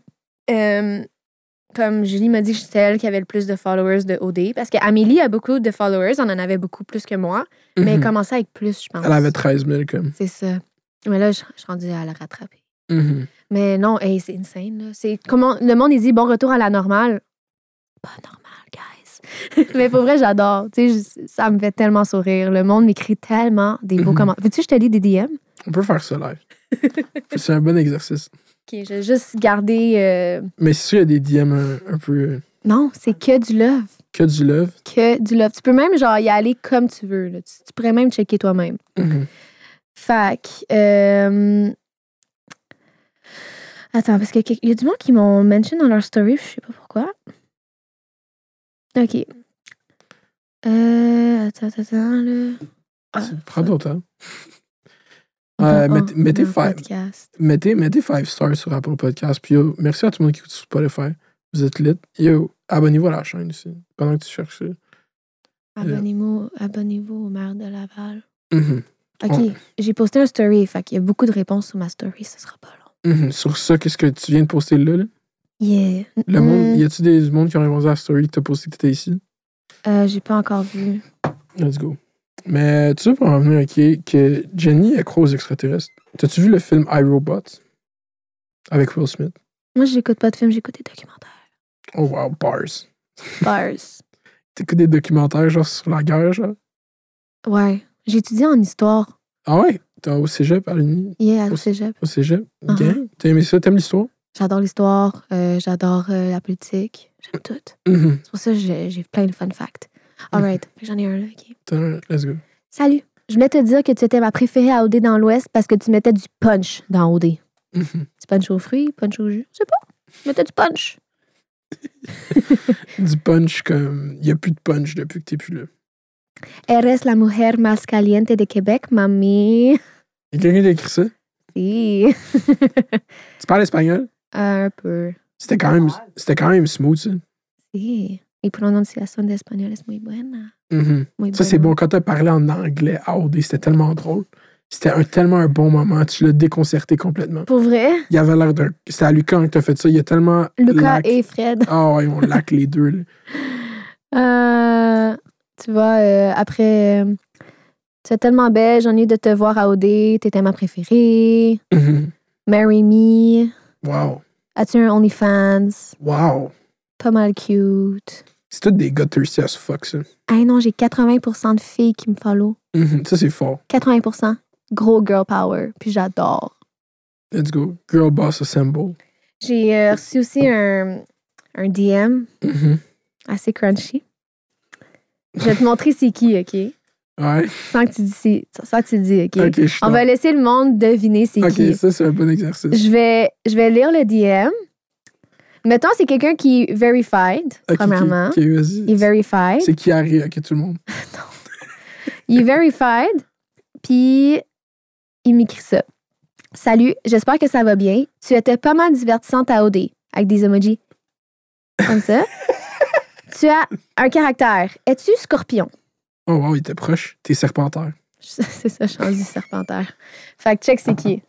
comme Julie m'a dit que c'était elle qui avait le plus de followers de OD. Parce qu'Amélie a beaucoup de followers. On en avait beaucoup plus que moi. Mais elle Mhm. commençait avec plus, je pense. Elle avait 13 000 comme. C'est ça. Mais là, je suis rendue à la rattraper. Mhm. Mais non, hey, c'est insane. Là. C'est comment le monde, il dit bon retour à la normale. Pas normal, guys. Mais pour vrai, j'adore. Tu sais, ça me fait tellement sourire. Le monde m'écrit tellement des beaux Mhm. commentaires. Veux-tu que je te lis des DM? On peut faire ça live. C'est un bon exercice. OK, je vais juste garder... Mais c'est sûr, il y a des DM un peu. Non, c'est que du love. Que du love. Que du love. Tu peux même genre y aller comme tu veux. Là. Tu pourrais même checker toi-même. Mhm. Fac. Attends, parce qu'il y a du monde qui m'ont mention dans leur story, je sais pas pourquoi. OK. Attends, là. Prends ton temps. Mettez 5 stars sur Apple Podcast. Puis yo, merci à tout le monde qui écoute sur Spotify. Vous êtes lit. Yo, abonnez-vous à la chaîne aussi, pendant que tu cherches ça. Abonnez-vous au maire de Laval. Mm-hmm. OK, j'ai posté un story, fait qu'il y a beaucoup de réponses sur ma story, ça sera pas long. Mm-hmm. Sur ça, qu'est-ce que tu viens de poster là? Yeah. Le monde, y a-tu des mondes qui ont répondu à la story que t'as posté que t'étais ici? J'ai pas encore vu. Let's go. Mais tu sais, pour en venir, OK, que Jenny est croix aux extraterrestres. T'as-tu vu le film iRobot? Avec Will Smith? Moi, j'écoute pas de films, j'écoute des documentaires. Oh wow, bars. Bars. T'écoutes des documentaires genre sur la guerre, genre? Ouais. J'ai étudié en histoire. Ah ouais? T'es au cégep à l'Uni? Yeah, au cégep. Au cégep? OK. Uh-huh. T'as aimé ça? T'aimes l'histoire? J'adore l'histoire, j'adore la politique. J'aime tout. Mm-hmm. C'est pour ça que j'ai plein de fun facts. Alright, j'en ai un là, OK. Let's go. Salut. Je voulais te dire que tu étais ma préférée à OD dans l'Ouest parce que tu mettais du punch dans OD. Mm-hmm. Du punch aux fruits, punch au jus, je sais pas. Tu mettais du punch. Du punch comme... Il n'y a plus de punch depuis que t'es plus là. Eres la mujer más caliente de Québec, mami. Y a quelqu'un qui a écrit ça? Si. Tu parles espagnol? Un peu. C'était quand même smooth, ça. Si. Mi pronunciación de español es muy buena. Mm-hmm. Muy Ça, c'est buena. bon. Quand t'as parlé en anglais à OD, c'était tellement drôle. C'était tellement un bon moment. Tu l'as déconcerté complètement. Pour vrai? Il avait l'air d'un... C'était à Lucas que t'as fait ça. Il y a tellement... Lucas et Fred. Ah ouais, ils ont lac les deux. Là. Tu vois, après, tu es tellement belle, j'ai envie de te voir à OD, t'étais ma préférée. Mm-hmm. Marry me. Wow. As-tu un OnlyFans? Wow. Pas mal cute. C'est tous des gars thirsty as fuck, ça. Ah non, j'ai 80% de filles qui me follow. Mm-hmm. Ça, c'est fort. 80%. Gros girl power. Puis j'adore. Let's go. Girl boss assemble. J'ai reçu aussi un DM Mm-hmm. assez crunchy. Je vais te montrer c'est qui, OK? Ouais. Sans que tu dis, OK? Ok, je suis On va laisser le monde deviner c'est qui. Ok, ça, c'est un bon exercice. Je vais lire le DM. Mettons, c'est quelqu'un qui est verified, Ok, premièrement. ok, vas-y. Il est verified. C'est qui arrive, ok, tout le monde. Il est verified, puis il m'écrit ça. Salut, j'espère que ça va bien. Tu étais pas mal divertissante à OD, avec des emojis comme ça. Tu as un caractère. Es-tu scorpion? Oh wow, il était proche. T'es serpentaire. C'est ça, je suis rendu serpentaire. Fait que check c'est qui.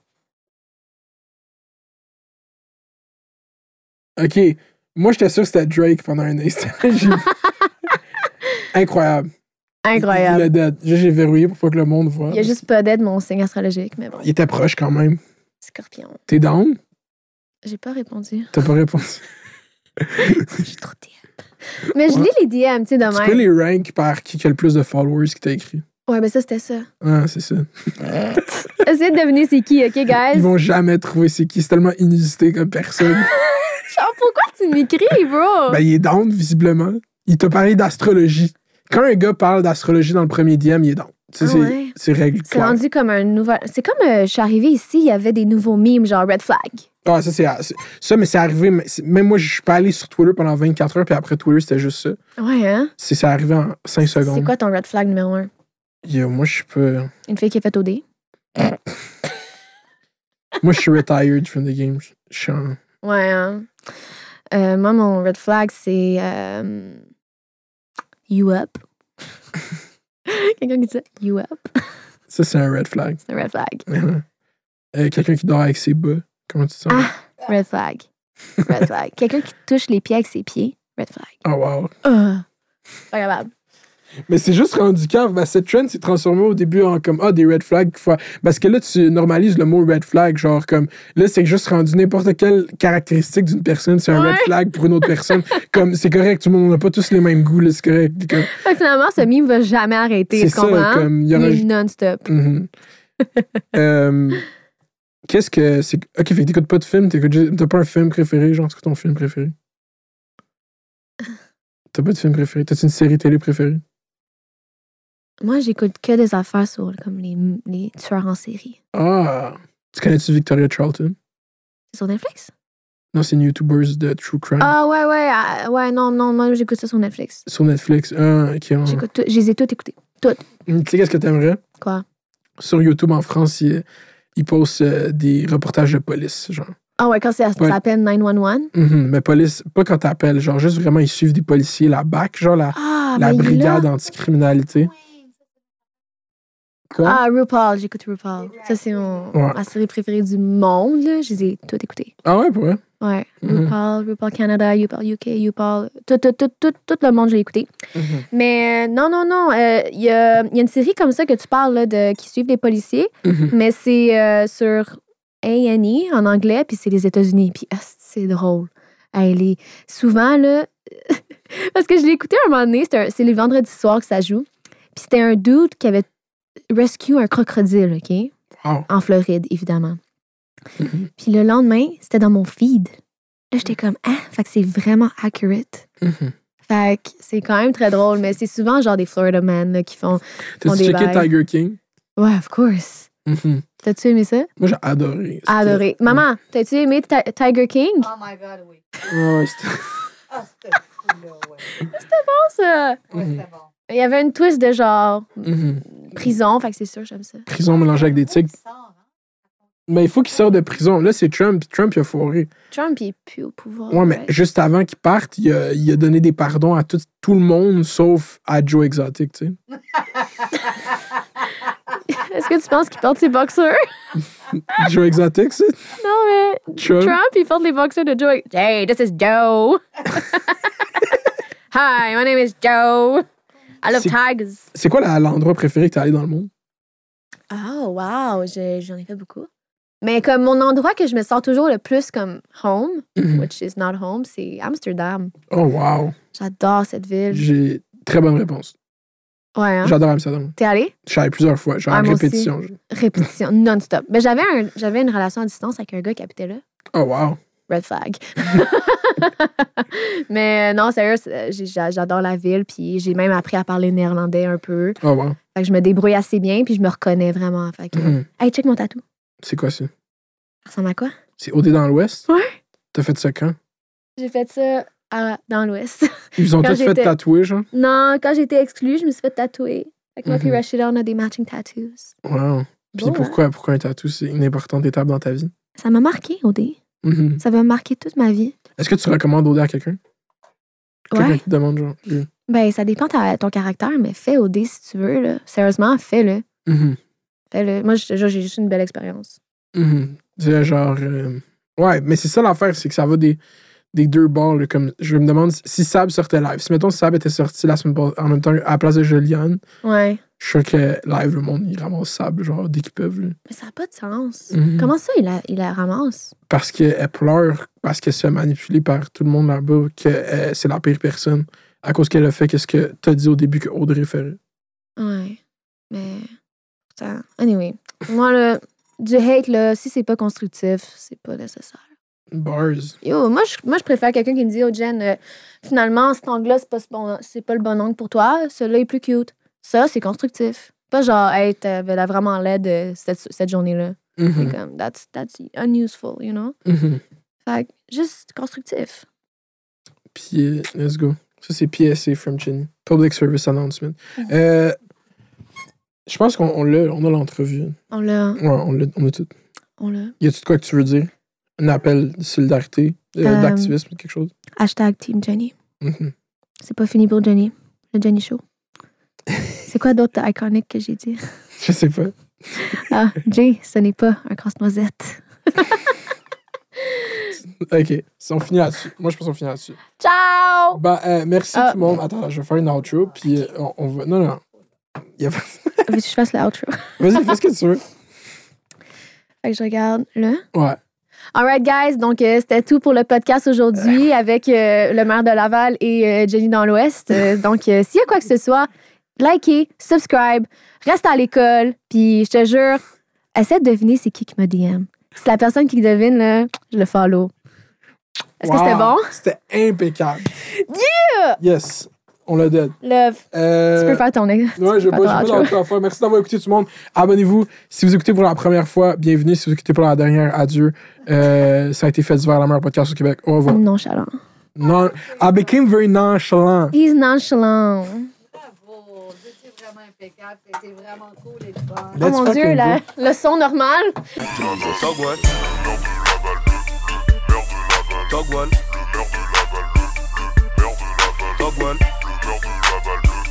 Ok, moi j'étais sûr que c'était Drake pendant un instant. Incroyable. Incroyable. Le dead. J'ai verrouillé pour pas que le monde voit. Il y a juste pas d'aide mon signe astrologique, mais bon. Il était proche quand même. Scorpion. T'es down? J'ai pas répondu. T'as pas répondu. Je suis trop DM. Mais je lis les DM, tu sais, de Tu peux même. les rank par qui a le plus de followers qui t'a écrit. Ouais, mais ça, c'était ça. Ah, c'est ça. Essayez de deviner c'est qui, OK, guys? Ils vont jamais trouver c'est qui. C'est tellement inusité comme personne. Genre, pourquoi tu m'écris, bro? Ben, il est down, visiblement. Il t'a parlé d'astrologie. Quand un gars parle d'astrologie dans le premier DM, il est down. Tu sais, ouais. c'est règle C'est claire. rendu comme un nouvel... C'est comme, je suis arrivée ici, il y avait des nouveaux memes, genre Red Flag. Ah, ça, mais c'est arrivé. Même moi, je suis pas allé sur Twitter pendant 24 heures, puis après Twitter, c'était juste ça. Ouais, hein? C'est arrivé en 5 secondes. C'est quoi ton Red Flag numéro 1? Yo, moi, je suis pas. Une fille qui est faite OD? Moi, je suis retired from the game. Je suis en. Ouais, hein? Moi, mon Red Flag, c'est... You up? Quelqu'un qui dit ça? You up? Ça, c'est un red flag. C'est un Red Flag. Quelqu'un qui dort avec ses bas. Comment tu te sens? Ah! Red Flag. Red Flag. Quelqu'un qui touche les pieds avec ses pieds? Red Flag. Oh, wow. Pas capable. Mais c'est juste rendu cave. Ben, cette trend s'est transformée au début en comme des red flags. Parce que là, tu normalises le mot red flag. Genre, comme là, c'est juste rendu n'importe quelle caractéristique d'une personne. C'est un red flag pour une autre personne. Comme c'est correct, tout le monde n'a pas tous les mêmes goûts. Là, c'est correct. Comme... Ouais, finalement, ce meme va jamais arrêter. C'est tu comprends? ça. Comme, Il est non-stop. Mm-hmm. Qu'est-ce que c'est. Ok, fait que t'écoutes pas de film. T'as pas un film préféré? Genre, c'est quoi ton film préféré? T'as pas de film préféré? T'as-tu une série télé préférée? Moi, j'écoute que des affaires sur comme les tueurs en série. Ah! Tu connais-tu Victoria Charlton? C'est sur Netflix? Non, c'est une YouTuber de True Crime. Ah, ouais, non, moi, j'écoute ça sur Netflix. Sur Netflix. Ah, ok. Je les ai toutes écoutées. Toutes. Tu sais qu'est-ce que t'aimerais? Quoi? Sur YouTube en France, ils postent des reportages de police, genre. Ah ouais, quand ça s'appelle 911? Mais police, pas quand t'appelles, genre juste vraiment ils suivent des policiers, la BAC, genre la brigade anticriminalité. Quoi? Ah, RuPaul, j'écoute RuPaul. Ça, c'est ma série préférée du monde, là. Je les ai toutes écoutées. Ah ouais, pour vrai? Ouais. RuPaul Canada, RuPaul UK, RuPaul... Tout le monde, je l'ai écouté. Mais non. Il y a une série comme ça que tu parles, là, qui suivent des policiers, mais c'est sur A&E en anglais, puis c'est les États-Unis. Puis c'est drôle. Souvent, là... parce que je l'ai écouté un moment donné, c'est les vendredis soirs que ça joue. Puis c'était un dude qui avait rescue un crocodile, OK? Wow. En Floride, évidemment. Puis le lendemain, c'était dans mon feed. Là, j'étais comme, fait que c'est vraiment accurate. Fait que c'est quand même très drôle, mais c'est souvent genre des Florida men là, qui font T'as-tu checké Tiger King? Ouais, of course. T'as-tu aimé ça? Moi, j'ai adoré. Adoré. Maman, t'as-tu aimé Tiger King? Oh my God, oui. Ouais, c'était... C'était fou, là, ouais. C'était bon, ça. Ouais, c'était bon. Il y avait une twist de genre prison, fait que c'est sûr, j'aime ça. Prison mélangée avec des tigres. Mais il faut qu'il sorte de prison. Là, c'est Trump. Trump, il a foiré. Trump, il est plus au pouvoir. Ouais, mais juste avant qu'il parte, il a donné des pardons à tout le monde, sauf à Joe Exotic, tu sais. Est-ce que tu penses qu'il porte ses boxeurs? Joe Exotic, c'est? Non, mais Trump, il porte les boxeurs de Joe. Hey, this is Joe. Hi, my name is Joe. I love tigers. C'est quoi l'endroit préféré que t'es allé dans le monde? Oh, wow. J'en ai fait beaucoup. Mais comme mon endroit que je me sens toujours le plus comme home, which is not home, c'est Amsterdam. Oh, wow. J'adore cette ville. J'ai très bonne réponse. Ouais, hein? J'adore Amsterdam. T'es allé? Je suis allé plusieurs fois. Genre répétition. Répétition, non-stop. Mais j'avais une relation à distance avec un gars qui habitait là. Oh, wow. Red flag. Mais non, sérieux, j'adore la ville. Puis j'ai même appris à parler néerlandais un peu. Oh, wow. Fait que je me débrouille assez bien. Puis je me reconnais vraiment. Fait que, hey, check mon tatou. C'est quoi ça? Ça ressemble à quoi? C'est OD dans l'Ouest? Ouais. T'as fait ça quand? J'ai fait ça dans l'Ouest. Ils vous ont tous fait tatouer, genre? Non, quand j'étais exclue, je me suis fait tatouer. Fait que moi puis Rashida, on a des matching tattoos. Wow. Puis pourquoi un tatou, c'est une importante étape dans ta vie? Ça m'a marqué, OD. Ça va me marquer toute ma vie. Est-ce que tu recommandes OD à quelqu'un? Quelqu'un qui te demande, genre? Ben, ça dépend de ton caractère, mais fais OD si tu veux, là. Sérieusement, fais-le. Fais-le. Moi, j'ai juste une belle expérience. C'est genre... Ouais, mais c'est ça l'affaire, c'est que ça va des deux bords. Là, comme je me demande si Sab sortait live. Si, mettons, Sab était sorti la semaine en même temps à la place de Juliane, ouais. Je suis sûr que live, le monde, il ramasse Sab, genre, dès qu'ils peuvent. Là. Mais ça n'a pas de sens. Comment ça, il la ramasse? Parce qu'elle pleure, parce qu'elle se fait manipuler par tout le monde là-bas, que c'est la pire personne, à cause qu'elle a fait qu'est-ce que t'as dit au début que Audrey ferait. Ouais. Mais... Ça... Anyway. Moi, là, du hate, là, si c'est pas constructif, c'est pas nécessaire. Bars. Yo, moi, je préfère quelqu'un qui me dit, oh, Jen, finalement, cet angle-là, c'est pas le bon angle pour toi. Celui-là est plus cute. Ça, c'est constructif. Pas genre, hey, t'avais la vraiment laide cette journée-là. C'est comme, that's unuseful, you know? Fait que, juste constructif. Puis, let's go. Ça, c'est PSA from Chin. Public Service Announcement. Je pense qu'on a l'entrevue. On l'a. Ouais, on a tout. On l'a. Y a-tu de quoi que tu veux dire? Un appel de solidarité, d'activisme, quelque chose? Hashtag Team Jenny. C'est pas fini pour Jenny. Le Jenny Show. C'est quoi d'autre iconique que j'ai dit? Je sais pas. Ah, Jay, ce n'est pas un casse-noisette. OK. On finit là-dessus. Moi, je pense qu'on finit là-dessus. Ciao! Merci tout le monde. Attends, je vais faire une outro, puis on va... Non. Veux-tu que je fasse l'outro? Vas-y, fais ce que tu veux. Fait que je regarde là. Ouais. Alright, guys. Donc, c'était tout pour le podcast aujourd'hui avec le maire de Laval et Jenny dans l'Ouest. Donc, s'il y a quoi que ce soit, likez, subscribe, reste à l'école, puis je te jure, essaie de deviner c'est qui m'a DM. C'est la personne qui devine, là, je le follow. Est-ce que c'était bon? C'était impeccable. Yeah! Yes. On l'a dead. Love. Tu peux faire ton ex. Ouais, je vais pas dans le faire. Merci d'avoir écouté tout le monde. Abonnez-vous. Si vous écoutez pour la première fois, bienvenue. Si vous écoutez pour la dernière, adieu. Ça a été Fait divers, la meilleure podcast au Québec. Au revoir. Nonchalant. Non, I became very nonchalant. He's nonchalant. Bravo. C'était vraiment impeccable. C'était vraiment cool et fun. Oh mon Dieu, le son normal. Togwall. Togwall. Togwall.